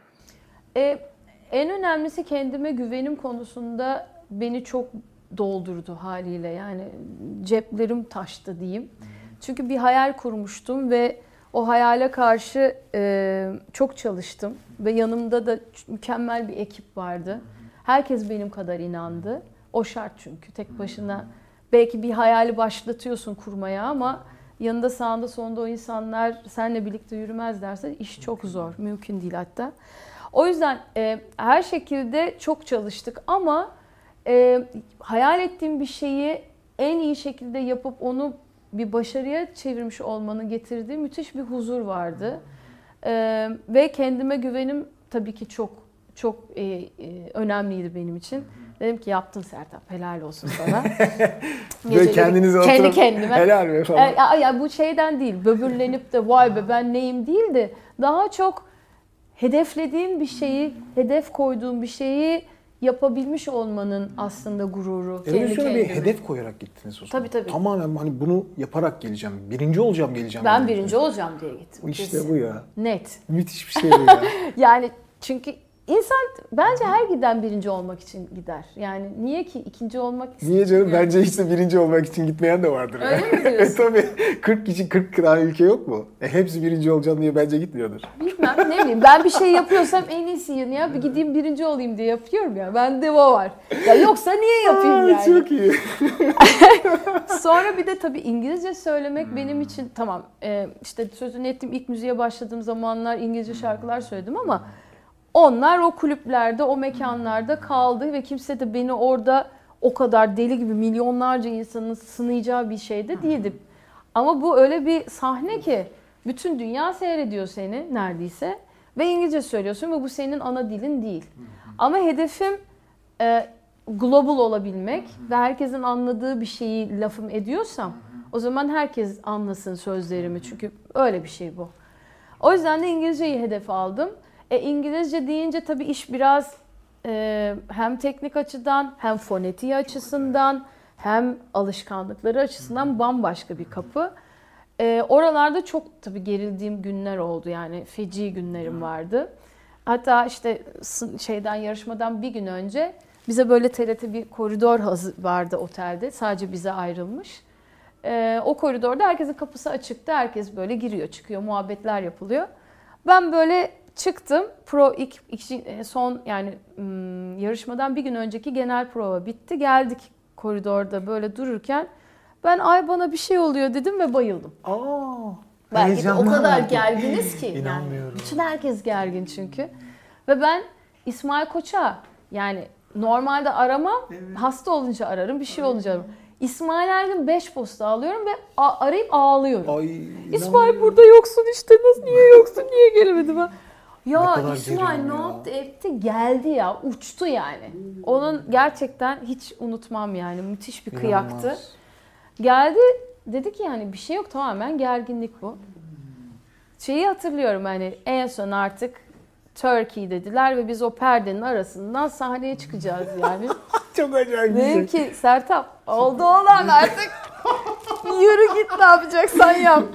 En önemlisi kendime güvenim konusunda beni çok doldurdu haliyle. Yani ceplerim taştı diyeyim. Çünkü bir hayal kurmuştum ve o hayale karşı çok çalıştım. Ve yanımda da mükemmel bir ekip vardı. Herkes benim kadar inandı. O şart çünkü. Tek başına belki bir hayali başlatıyorsun kurmaya ama yanında sağında sonunda o insanlar seninle birlikte yürümezlerse iş çok zor. Mümkün değil hatta. O yüzden her şekilde çok çalıştık ama hayal ettiğim bir şeyi en iyi şekilde yapıp onu bir başarıya çevirmiş olmanın getirdiği müthiş bir huzur vardı. Ve kendime güvenim tabii ki çok önemliydi benim için. Dedim ki yaptın Sertab, helal olsun sana. Böyle kendinize kendi oturup kendime. helal be falan. Ya bu şeyden değil, böbürlenip de vay be ben neyim değil de daha çok hedeflediğin bir şeyi, hedef koyduğun bir şeyi yapabilmiş olmanın aslında gururu. Şöyle bir hedef koyarak gittiniz o zaman. Tabii. Tamamen hani bunu yaparak geleceğim. Birinci olacağım geleceğim. Ben birinci olacağım diye gittim. İşte bu ya. Net. Müthiş bir şey bu ya. Yani çünkü insan bence her giden birinci olmak için gider. Yani niye ki ikinci olmak istiyor? Niye canım? Bence işte birinci olmak için gitmeyen de vardır. Öyle mi diyorsun? Tabii. 40 kişi 40 tane ülke yok mu? Hepsi birinci olacağım diye bence gitmiyordur. Bilmem ne bileyim. Ben bir şey yapıyorsam en iyisiyim ya. Bir gideyim birinci olayım diye yapıyorum ya. Bende o var. Ya yoksa niye yapayım yani? Çok iyi. Sonra bir de tabii İngilizce söylemek benim için tamam. İşte sözünü ettiğim ilk müziğe başladığım zamanlar İngilizce şarkılar söyledim ama onlar o kulüplerde, o mekanlarda kaldı ve kimse de beni orada o kadar deli gibi milyonlarca insanın sınayacağı bir şeyde değildi. Ama bu öyle bir sahne ki bütün dünya seyrediyor seni neredeyse ve İngilizce söylüyorsun ve bu senin ana dilin değil. Ama hedefim global olabilmek ve herkesin anladığı bir şeyi lafım ediyorsam o zaman herkes anlasın sözlerimi çünkü öyle bir şey bu. O yüzden de İngilizceyi hedef aldım. İngilizce deyince tabii iş biraz hem teknik açıdan hem fonetiği açısından hem alışkanlıkları açısından bambaşka bir kapı. Oralarda çok tabii gerildiğim günler oldu yani feci günlerim vardı. Hatta işte yarışmadan bir gün önce bize böyle TRT bir koridor vardı otelde sadece bize ayrılmış. O koridorda herkesin kapısı açıktı, herkes böyle giriyor çıkıyor muhabbetler yapılıyor. Ben böyle çıktım. Son yani yarışmadan bir gün önceki genel prova bitti. Geldik koridorda böyle dururken ben ay bana bir şey oluyor dedim ve bayıldım. Belki de o kadar gerginiz ki. İnanmıyorum. Yani, bütün herkes gergin çünkü. Ve ben İsmail Koç'a yani normalde aramam. Evet. Hasta olunca ararım, bir şey olunca ararım. İsmail her gün 5 posta alıyorum ve arayıp ağlıyorum. İsmail burada yoksun işte. Niye yoksun? Niye gelemedin ben? Ya İsmail ne yaptı etti geldi ya uçtu yani. Onun gerçekten hiç unutmam yani müthiş bir kıyaktı. Geldi dedi ki yani bir şey yok tamamen gerginlik bu. Şeyi hatırlıyorum hani en son artık Turkey dediler ve biz o perdenin arasından sahneye çıkacağız yani. Çok acayip. Dedim ki Sertab oldu olan artık yürü git ne yapacaksan yap.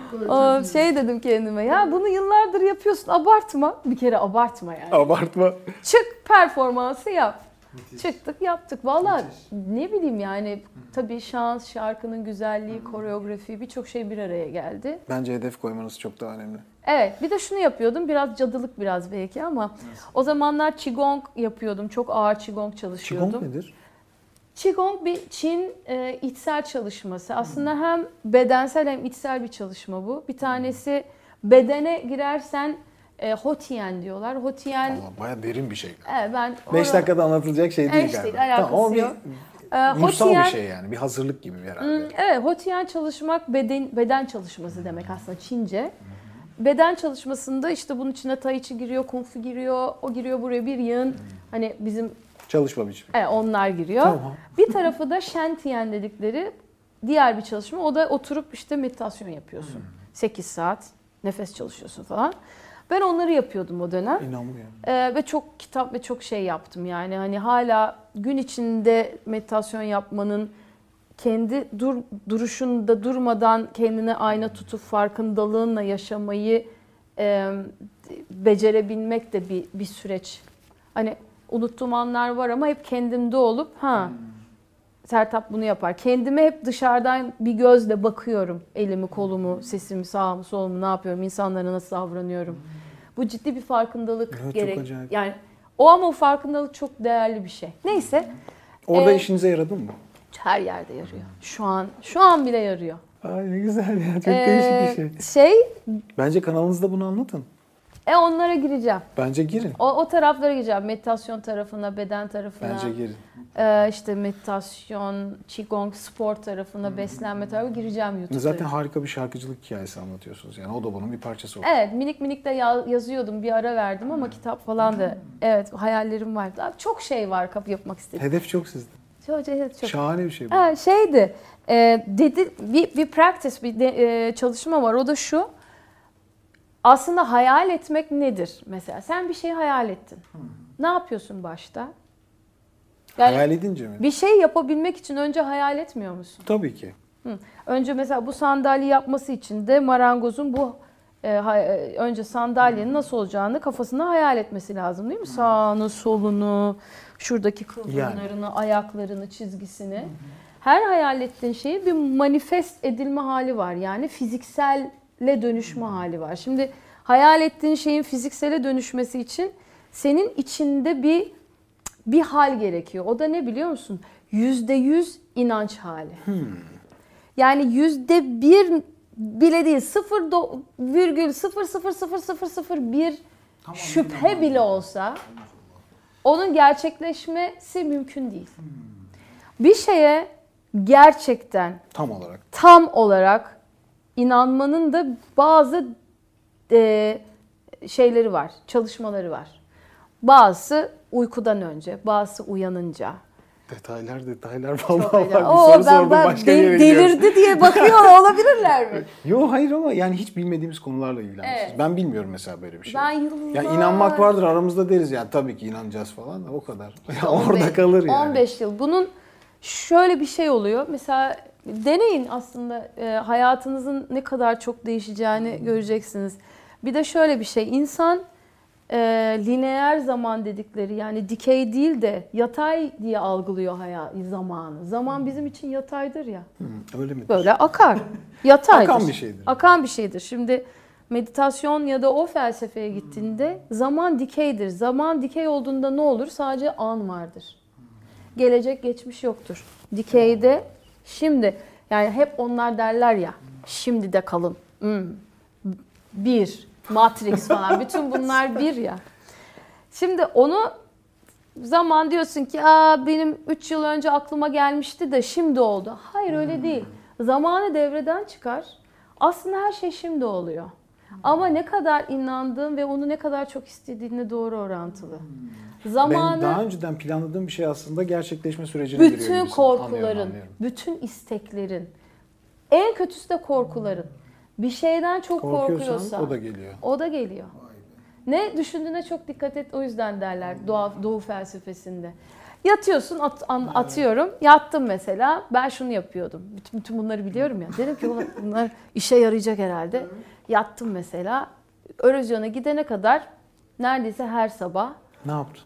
Dedim kendime ya bunu yıllardır yapıyorsun abartma. Bir kere abartma yani. Abartma. Çık performansı yap. Müthiş. Çıktık yaptık. Valla ne bileyim yani tabii şans, şarkının güzelliği, koreografi birçok şey bir araya geldi. Bence hedef koymanız çok daha önemli. Evet bir de şunu yapıyordum biraz cadılık biraz belki ama o zamanlar Qigong yapıyordum. Çok ağır Qigong çalışıyordum. Qigong nedir? Qigong bir Çin içsel çalışması. Aslında hem bedensel hem içsel bir çalışma bu. Bir tanesi bedene girersen Hotien diyorlar. Hotien bayağı derin bir şey. Evet ben 5 dakikada anlatılacak şey değil işte galiba. Alakası yok. Ruhsal bir şey yani. Bir hazırlık gibi herhalde. Evet, Hotien çalışmak beden çalışması demek aslında Çince. Beden çalışmasında işte bunun içine Tai Chi giriyor, Kung Fu giriyor, o giriyor buraya bir yığın hani bizim çalışma biçimi. Evet, onlar giriyor. Tamam. Bir tarafı da Shentian dedikleri diğer bir çalışma. O da oturup işte meditasyon yapıyorsun. 8 saat nefes çalışıyorsun falan. Ben onları yapıyordum o dönem. İnanmıyorum. Ve çok kitap ve çok şey yaptım yani. Hani hala gün içinde meditasyon yapmanın kendi duruşunda durmadan kendine ayna tutup farkındalığınla yaşamayı becerebilmek de bir süreç. Hani unuttuğum anlar var ama hep kendimde olup Sertab bunu yapar. Kendime hep dışarıdan bir gözle bakıyorum. Elimi, kolumu, sesimi, sağımı, solumu ne yapıyorum, insanlara nasıl davranıyorum. Bu ciddi bir farkındalık gerek. Yani o farkındalık çok değerli bir şey. Neyse. Orada işinize yaradı mı? Her yerde yarıyor. Şu an bile yarıyor. Ay ne güzel ya. Çok değişik bir şey. Bence kanalınızda bunu anlatın. Onlara gireceğim. Bence girin. O taraflara gireceğim. Meditasyon tarafına, beden tarafına. Bence girin. İşte meditasyon, qigong, spor tarafına, beslenme tarafına gireceğim YouTube'da. Zaten harika bir şarkıcılık hikayesi anlatıyorsunuz. Yani o da bunun bir parçası oldu. Evet, minik minik de yazıyordum. Bir ara verdim ama kitap falan da. Evet, hayallerim vardı. Abi, çok şey var yapmak istediğim. Hedef çok sizde. Çok. Şahane bir şey bu. Şeydi, dedi bir practice, çalışma var. O da şu. Aslında hayal etmek nedir? Mesela sen bir şey hayal ettin. Ne yapıyorsun başta? Yani Hayal edince mi? bir şey yapabilmek için önce hayal etmiyor musun? Tabii ki. Önce mesela bu sandalye yapması için de marangozun bu önce sandalyenin nasıl olacağını kafasında hayal etmesi lazım değil mi? Sağını, solunu, şuradaki kıvrımlarını, ayaklarını, çizgisini. Her hayal ettiğin şeyin bir manifest edilme hali var. Yani fizikselle dönüşme hali var. Şimdi hayal ettiğin şeyin fiziksele dönüşmesi için senin içinde bir hal gerekiyor. O da ne biliyor musun? %100 inanç hali. Yani %1 bile değil, 0,00001 şüphe bile olsa onun gerçekleşmesi mümkün değil. Bir şeye gerçekten tam olarak inanmanın da bazı şeyleri var, çalışmaları var. Bazısı uykudan önce, bazısı uyanınca. Detaylar vallahi bak bir Ben soru sordum başka bir yere gidiyoruz. delirdi diye bakıyor olabilirler mi? Yok hayır ama yani hiç bilmediğimiz konularla ilgilenmişiz. Evet. Ben bilmiyorum mesela böyle bir şey. Ben yıllar... Ya inanmak vardır aramızda deriz yani tabii ki inanacağız falan da o kadar. Orada kalır yani. 15 yıl. Bunun şöyle bir şey oluyor. Mesela deneyin aslında hayatınızın ne kadar çok değişeceğini göreceksiniz. Bir de şöyle bir şey. İnsan lineer zaman dedikleri yani dikey değil de yatay diye algılıyor zamanı. Zaman bizim için yataydır ya. Öyle mi? Böyle akar. Yataydır. Akan bir şeydir. Akan bir şeydir. Şimdi meditasyon ya da o felsefeye gittiğinde zaman dikeydir. Zaman dikey olduğunda ne olur? Sadece an vardır. Gelecek, geçmiş yoktur. Dikeyde şimdi yani hep onlar derler ya şimdi de kalın. Bir Matrix falan. Bütün bunlar bir ya. Şimdi onu zaman diyorsun ki benim 3 yıl önce aklıma gelmişti de şimdi oldu. Hayır öyle değil. Zamanı devreden çıkar. Aslında her şey şimdi oluyor. Ama ne kadar inandığın ve onu ne kadar çok istediğinle doğru orantılı. Ben daha önceden planladığım bir şey aslında gerçekleşme sürecine giriyor. Bütün korkuların, bütün isteklerin, en kötüsü de korkuların. Bir şeyden çok korkuyorsan o da geliyor. O da geliyor. Ne düşündüğüne çok dikkat et o yüzden derler Doğu felsefesinde. Yatıyorsun atıyorum. Yattım mesela. Ben şunu yapıyordum. Bütün bunları biliyorum ya. Dedim ki bunlar işe yarayacak herhalde. Yattım mesela. Erozyona gidene kadar neredeyse her sabah. Ne yaptın?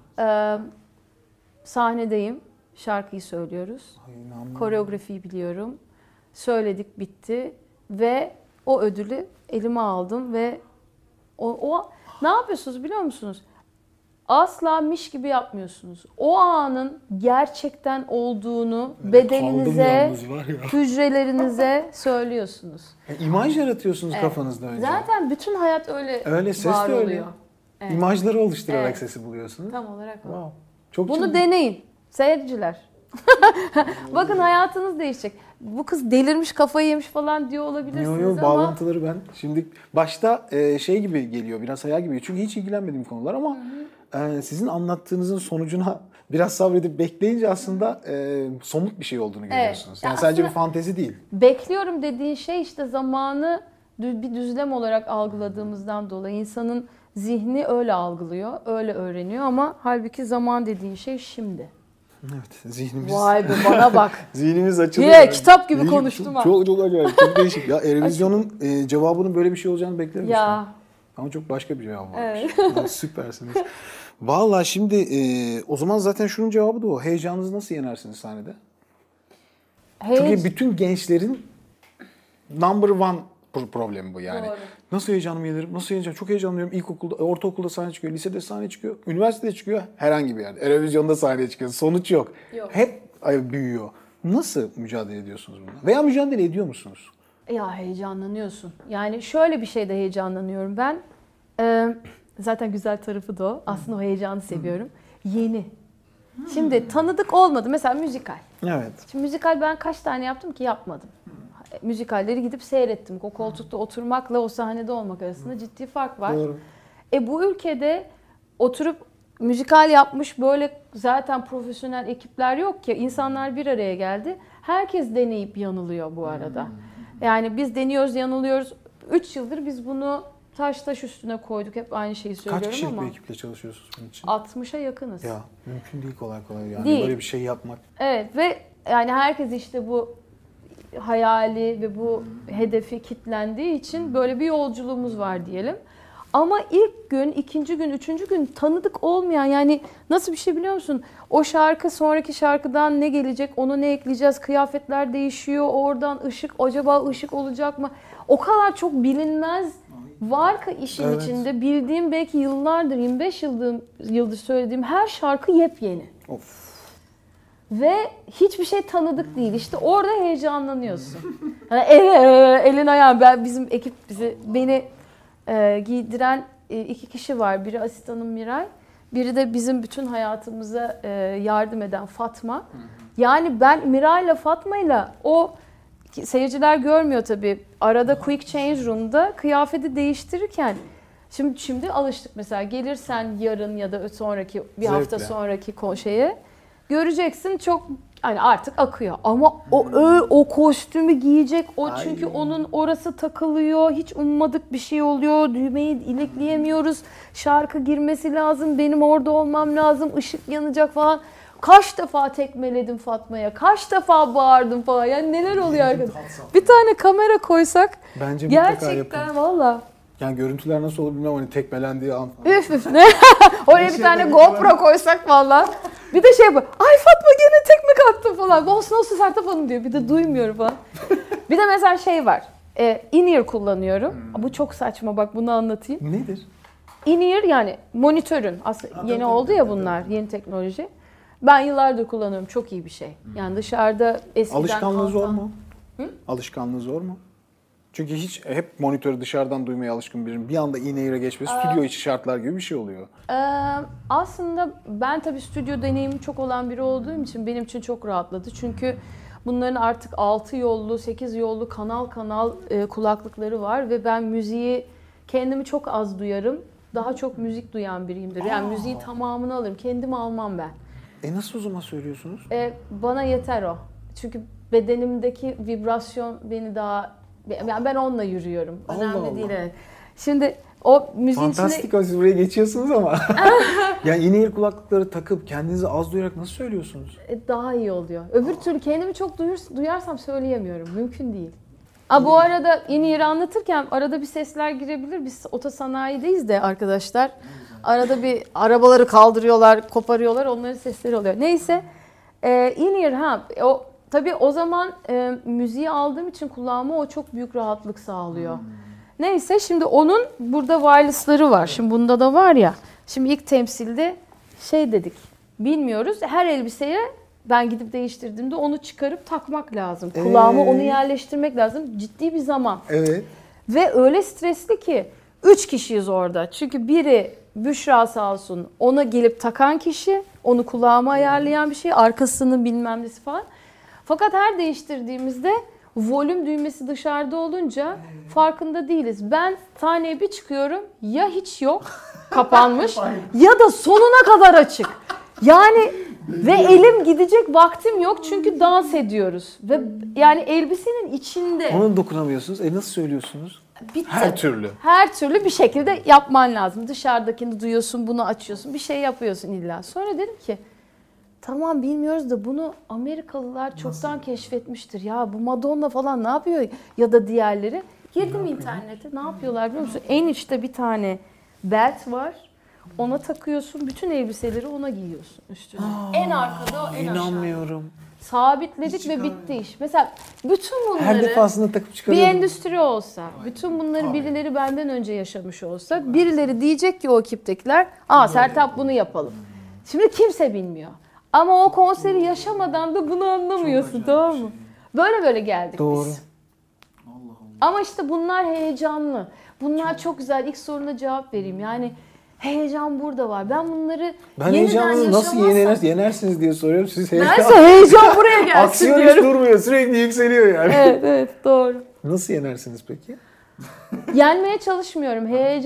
Sahnedeyim. Şarkıyı söylüyoruz. Koreografiyi biliyorum. Söyledik bitti. Ve o ödülü elime aldım ve o ne yapıyorsunuz biliyor musunuz? Asla miş gibi yapmıyorsunuz. O anın gerçekten olduğunu bedeninize, hücrelerinize söylüyorsunuz. İmaj yaratıyorsunuz kafanızda önce. Zaten bütün hayat öyle ses var de öyle. oluyor. Evet. İmajları oluşturarak sesi buluyorsunuz. Tam olarak o. Wow. Çok Bunu deneyin seyirciler. Bakın hayatınız değişecek. Bu kız delirmiş, kafayı yemiş falan diyor olabilirsiniz ama... Bağlantıları ben şimdi başta şey gibi geliyor, biraz hayal gibi. Çünkü hiç ilgilenmediğim konular ama sizin anlattığınızın sonucuna biraz sabredip bekleyince aslında somut bir şey olduğunu görüyorsunuz. Yani sadece bir fantezi değil. Bekliyorum dediğin şey işte zamanı bir düzlem olarak algıladığımızdan dolayı insanın zihni öyle algılıyor, öyle öğreniyor ama halbuki zaman dediğin şey şimdi. Evet, zihnimiz. Vay be bana bak. Zihnimiz açılıyor. Yine kitap gibi konuştum ha. Çok acayip, çok değişik. Ya Erevizyon'un cevabının böyle bir şey olacağını beklememiştim. Ya. Ama çok başka bir cevap varmış. Evet. Süpersiniz. Vallahi şimdi o zaman zaten şunun cevabı da o. Heyecanınızı nasıl yenersiniz sahnede? Çünkü bütün gençlerin number one problemi bu yani. Doğru. Nasıl heyecanımı yenerim? Nasıl heyecan? Çok heyecanlıyım. İlkokulda, ortaokulda sahne çıkıyor, lisede sahne çıkıyor, üniversitede çıkıyor, herhangi bir yerde. Erevizyonda sahne çıkıyor. Sonuç yok. Hep büyüyor. Nasıl mücadele ediyorsunuz bununla? Veya mücadele ediyor musunuz? Ya heyecanlanıyorsun. Yani şöyle bir şeyde heyecanlanıyorum ben. Zaten güzel tarafı da o. Aslında o heyecanı seviyorum. Yeni. Şimdi tanıdık olmadı. Mesela müzikal. Evet. Şimdi müzikal ben kaç tane yaptım ki yapmadım. Müzikalleri gidip seyrettim. O koltukta oturmakla o sahnede olmak arasında ciddi fark var. Doğru. Bu ülkede oturup müzikal yapmış böyle zaten profesyonel ekipler yok ki. İnsanlar bir araya geldi. Herkes deneyip yanılıyor bu arada. Yani biz deniyoruz, yanılıyoruz. 3 yıldır biz bunu taş üstüne koyduk. Hep aynı şeyi söylüyorum Kaç kişilik ama. bir ekiple çalışıyorsunuz bunun için? 60'a yakınız. Ya mümkün değil kolay yani Değil. böyle bir şey yapmak. Evet ve yani herkes işte bu hayali ve bu hedefi kitlendiği için böyle bir yolculuğumuz var diyelim. Ama ilk gün, ikinci gün, üçüncü gün tanıdık olmayan yani nasıl bir şey biliyor musun? O şarkı sonraki şarkıdan ne gelecek, ona ne ekleyeceğiz, kıyafetler değişiyor, oradan ışık, acaba ışık olacak mı? O kadar çok bilinmez var ki işin içinde. Bildiğim belki yıllardır, 25 yıldır söylediğim her şarkı yepyeni. Of. Ve hiçbir şey tanıdık değil. İşte orada heyecanlanıyorsun. Yani elin ayağın. Bizim ekip beni giydiren 2 kişi var. Biri asistanım Miray. Biri de bizim bütün hayatımıza yardım eden Fatma. Yani ben Miray'la Fatma'yla o seyirciler görmüyor tabii. Arada Quick Change Room'da kıyafeti değiştirirken şimdi alıştık mesela. Gelirsen yarın ya da sonraki bir hafta sonraki şeye göreceksin çok hani artık akıyor. Ama o kostümü giyecek çünkü onun orası takılıyor. Hiç ummadık bir şey oluyor. Düğmeyi ilikleyemiyoruz. Şarkı girmesi lazım. Benim orada olmam lazım. Işık yanacak falan. Kaç defa tekmeledim Fatma'ya. Kaç defa bağırdım falan. Yani neler oluyor arkadaşlar. Bir tane kamera koysak bence mutlaka gerçekten valla. Yani görüntüler nasıl olur bilmem hani tekmelendiği an. Üf ne? Oraya bir tane GoPro koysak valla. Bir de şey yapıyor. Ay Fatma gene tekme attım falan. Olsun Sertab Hanım diyor. Bir de duymuyor falan. Bir de mesela şey var. In-ear kullanıyorum. Bu çok saçma bak bunu anlatayım. Nedir? In-ear yani monitörün. Aslında yeni oldu ya bunlar. Yeni teknoloji. Ben yıllardır kullanıyorum. Çok iyi bir şey. Yani dışarıda eskiden... Alışkanlığı zor mu? Alışkanlığı zor mu? Çünkü hep monitörü dışarıdan duymaya alışkın birinin bir anda in-ear'a geçmesi stüdyo içi şartlar gibi bir şey oluyor. Aslında ben tabii stüdyo deneyimi çok olan biri olduğum için benim için çok rahatladı. Çünkü bunların artık 6 yollu, 8 yollu kanal kulaklıkları var ve ben müziği kendimi çok az duyarım. Daha çok müzik duyan biriyimdir. Yani müziği tamamını alırım. Kendimi almam ben. Nasıl o zaman söylüyorsunuz? Bana yeter o. Çünkü bedenimdeki vibrasyon beni daha... Yani ben onunla yürüyorum. Önemli değil. Evet. Şimdi o müziğin fantastik içinde... siz buraya geçiyorsunuz ama. Yani in-ear kulaklıkları takıp kendinizi az duyarak nasıl söylüyorsunuz? Daha iyi oluyor. Öbür türlü kendimi çok duyarsam söyleyemiyorum. Mümkün değil. Bu arada in-ear'ı anlatırken arada bir sesler girebilir. Biz otosanayideyiz de arkadaşlar. Arada bir arabaları kaldırıyorlar, koparıyorlar. Onların sesleri oluyor. Neyse. In-ear tabii o zaman müziği aldığım için kulağıma o çok büyük rahatlık sağlıyor. Neyse şimdi onun burada wireless'ları var. Şimdi bunda da var ya. Şimdi ilk temsilde şey dedik. Bilmiyoruz. Her elbiseye ben gidip değiştirdiğimde onu çıkarıp takmak lazım. Kulağıma onu yerleştirmek lazım. Ciddi bir zaman. Evet. Ve öyle stresli ki 3 kişiyiz orada. Çünkü biri Büşra sağ olsun ona gelip takan kişi. Onu kulağıma ayarlayan bir şey. Arkasının bilmem nesi falan. Fakat her değiştirdiğimizde volüm düğmesi dışarıda olunca farkında değiliz. Ben sahneye bir çıkıyorum ya hiç yok kapanmış ya da sonuna kadar açık. Yani ve elim gidecek vaktim yok çünkü dans ediyoruz. Ve yani elbisenin içinde. Ona dokunamıyorsunuz. Nasıl söylüyorsunuz? Bitti. Her türlü. Her türlü bir şekilde yapman lazım. Dışarıdakini duyuyorsun, bunu açıyorsun, bir şey yapıyorsun illa. Sonra dedim ki tamam bilmiyoruz da bunu Amerikalılar çoktan keşfetmiştir. Ya bu Madonna falan ne yapıyor ya da diğerleri. Girdim internete ne yapıyorlar biliyor musun? En içte bir tane belt var. Ona takıyorsun. Bütün elbiseleri ona giyiyorsun üstüne. En arkada en aşağıda. İnanmıyorum. Sabitledik ve bitti iş. Mesela bütün bunları her defasında takıp bir çıkarıyorum. endüstri olsa, bütün bunları birileri benden önce yaşamış olsa, birileri diyecek ki o ekiptekiler, Sertab bunu yapalım. Şimdi kimse bilmiyor. Ama o konseri yaşamadan da bunu anlamıyorsun, tamam mı? Böyle geldik Doğru. biz. Ama işte bunlar heyecanlı. Bunlar çok güzel. İlk soruna cevap vereyim. Yani Heyecan burada var. Ben bunları Ben yeniden heyecanınızı nasıl yaşamazsam- yenersiniz diye soruyorum. Siz Bense heyecan buraya gelsin Aksiyon hiç diyorum. durmuyor. Sürekli yükseliyor yani. Evet, evet, doğru. Nasıl yenersiniz peki? Yenmeye çalışmıyorum.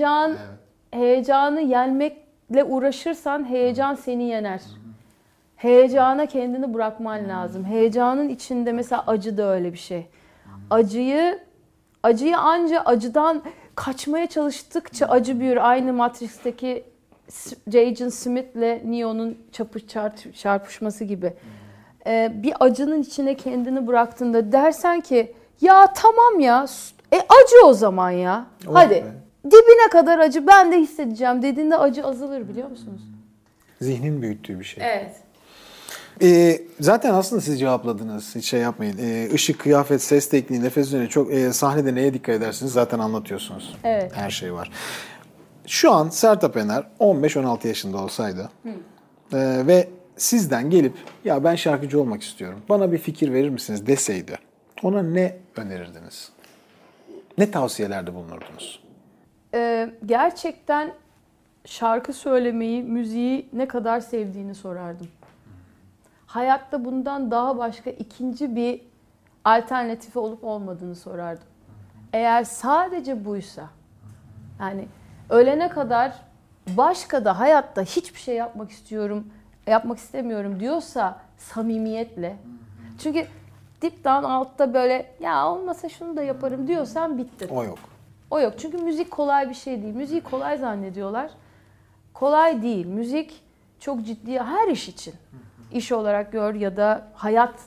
Heyecanı yenmekle uğraşırsan heyecan seni yener. Heyecana kendini bırakman lazım. Heyecanın içinde mesela acı da öyle bir şey. Acıyı anca acıdan kaçmaya çalıştıkça acı büyür. Aynı Matrix'teki Agent Smith'le Neo'nun çarpışması gibi. Bir acının içine kendini bıraktığında dersen ki ya tamam ya acı o zaman ya. Hadi be. dibine kadar acı ben de hissedeceğim dediğinde acı azalır biliyor musunuz? Zihnin büyüttüğü bir şey. Evet. Zaten aslında siz cevapladınız. Hiç şey yapmayın. Işık, kıyafet, ses tekniği, nefes üzerine çok sahnede neye dikkat edersiniz zaten anlatıyorsunuz. Evet. Her şey var. Şu an Sertab Ener 15-16 yaşında olsaydı ve sizden gelip ya ben şarkıcı olmak istiyorum. Bana bir fikir verir misiniz deseydi. Ona ne önerirdiniz? Ne tavsiyelerde bulunurdunuz? Gerçekten şarkı söylemeyi, müziği ne kadar sevdiğini sorardım. Hayatta bundan daha başka ikinci bir alternatifi olup olmadığını sorardım. Eğer sadece buysa, yani ölene kadar başka da hayatta hiçbir şey yapmak istemiyorum diyorsa samimiyetle. Çünkü dipten altta böyle ya olmasa şunu da yaparım diyorsan bittin. O yok. O yok. Çünkü müzik kolay bir şey değil. Müziği kolay zannediyorlar. Kolay değil. Müzik çok ciddi her iş için. İş olarak gör ya da hayat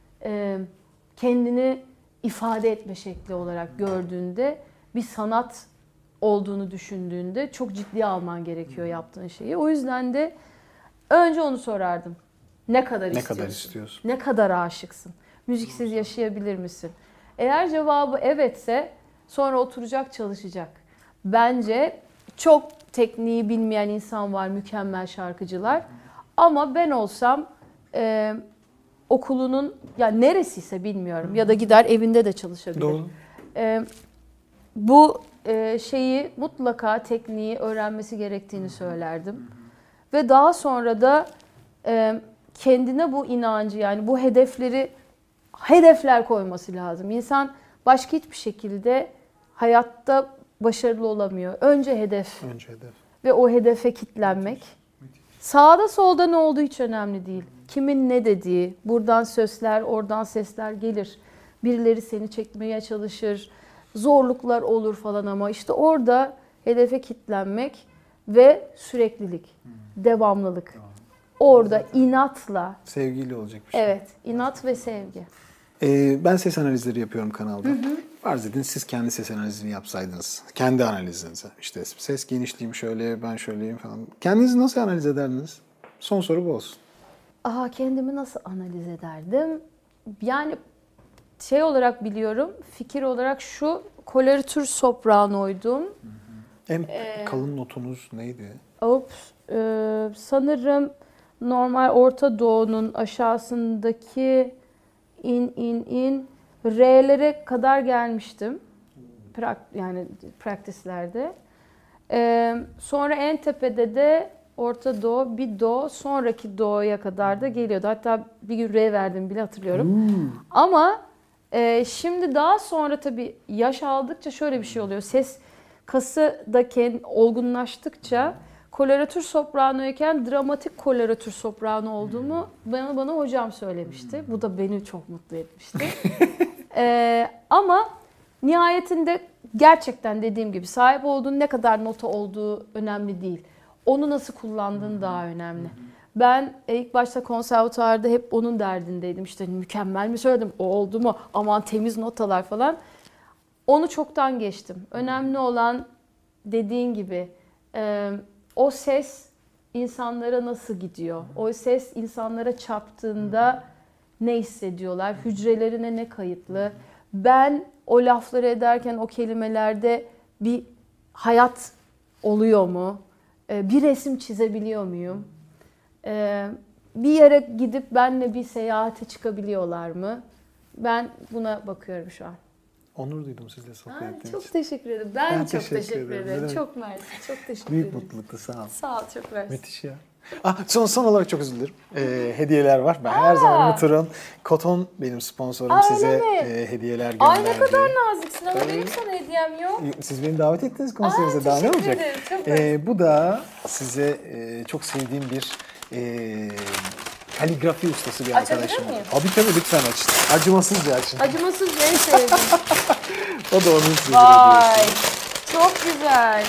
kendini ifade etme şekli olarak gördüğünde bir sanat olduğunu düşündüğünde çok ciddiye alman gerekiyor yaptığın şeyi. O yüzden de önce onu sorardım. Ne kadar istiyorsun? Ne kadar aşıksın? Müziksiz yaşayabilir misin? Eğer cevabı evetse sonra oturacak çalışacak. Bence çok tekniği bilmeyen insan var, mükemmel şarkıcılar. Ama ben olsam okulunun neresiyse bilmiyorum ya da gider evinde de çalışabilir. Doğru. Bu şeyi mutlaka tekniği öğrenmesi gerektiğini söylerdim. Ve daha sonra da kendine bu inancı yani bu hedefler koyması lazım. İnsan başka hiçbir şekilde hayatta başarılı olamıyor. Önce hedef. Ve o hedefe kitlenmek. Sağda solda ne olduğu hiç önemli değil. Kimin ne dediği, buradan sözler, oradan sesler gelir. Birileri seni çekmeye çalışır. Zorluklar olur falan ama işte orada hedefe kitlenmek ve süreklilik, devamlılık. Orada inatla. Sevgiyle olacak bir şey. Evet, inat ve sevgi. Ben ses analizleri yapıyorum kanalda. Farz edin siz kendi ses analizini yapsaydınız. Kendi analizinizi. İşte ses genişliğim şöyle, ben şöyleyim falan. Kendinizi nasıl analiz ederdiniz? Son soru bu olsun. Kendimi nasıl analiz ederdim? Yani şey olarak biliyorum, fikir olarak şu, koloratür sopranoydum. En kalın notunuz neydi? Sanırım normal Orta Doğu'nun aşağısındaki in R'lere kadar gelmiştim. Yani practice'lerde. Sonra en tepede de Orta Doğu, bir Do, sonraki Do'ya kadar da geliyordu. Hatta bir gün R verdim bile hatırlıyorum. Ama şimdi daha sonra tabii yaş aldıkça şöyle bir şey oluyor. Ses kası da olgunlaştıkça koloratür sopranoyken dramatik koloratür soprano olduğumu bana hocam söylemişti. Bu da beni çok mutlu etmişti. Ama nihayetinde gerçekten dediğim gibi sahip olduğun ne kadar nota olduğu önemli değil. Onu nasıl kullandığın daha önemli. Ben ilk başta konservatuvarda hep onun derdindeydim. İşte mükemmel mi söyledim, o oldu mu, aman temiz notalar falan. Onu çoktan geçtim. Önemli olan dediğin gibi o ses insanlara nasıl gidiyor? O ses insanlara çarptığında ne hissediyorlar? Hücrelerine ne kayıtlı? Ben o lafları ederken o kelimelerde bir hayat oluyor mu? Bir resim çizebiliyor muyum? Bir yere gidip benimle bir seyahate çıkabiliyorlar mı? Ben buna bakıyorum şu an. onur duydum sizle sohbet ettiğim için. Çok teşekkür ederim. Ben çok teşekkür teşekkür ederim. ederim. Evet. Çok mersi. Çok teşekkür Büyük ederim. mutluluktu, sağ ol. Sağ ol, çok mersi. Müthiş ya. Son olarak çok özür dilerim. Hediyeler var. Ben her zaman unuturum. Koton benim sponsorum. Size hediyeler gönderdi. Ay ne kadar naziksin ama benim sana hediyem yok. Siz beni davet ettiniz konserinize. Daha ne olacak? Ederim, çok mersi. Bu da size çok sevdiğim bir kaligrafi ustası bir Açabilir arkadaşım. miyim? Tabii lütfen açın. Acımasızca açın. Acımasız en sevdiğim. O da onun size Vay. Çok güzel.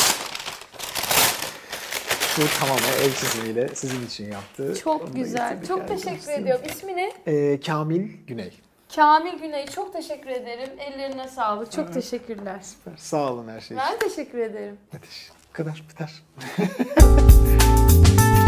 Bu tamamen el çizimiyle sizin için yaptı. Onu Çok da güzel. getirdik Çok arkadaşlar. teşekkür ediyorum. İsmi ne? Kamil Güney. Kamil Güney. Çok teşekkür ederim. Ellerine sağlık. Çok teşekkürler. Sağ olun her şey için. Ben teşekkür ederim. Müthiş. Bu kadar biter.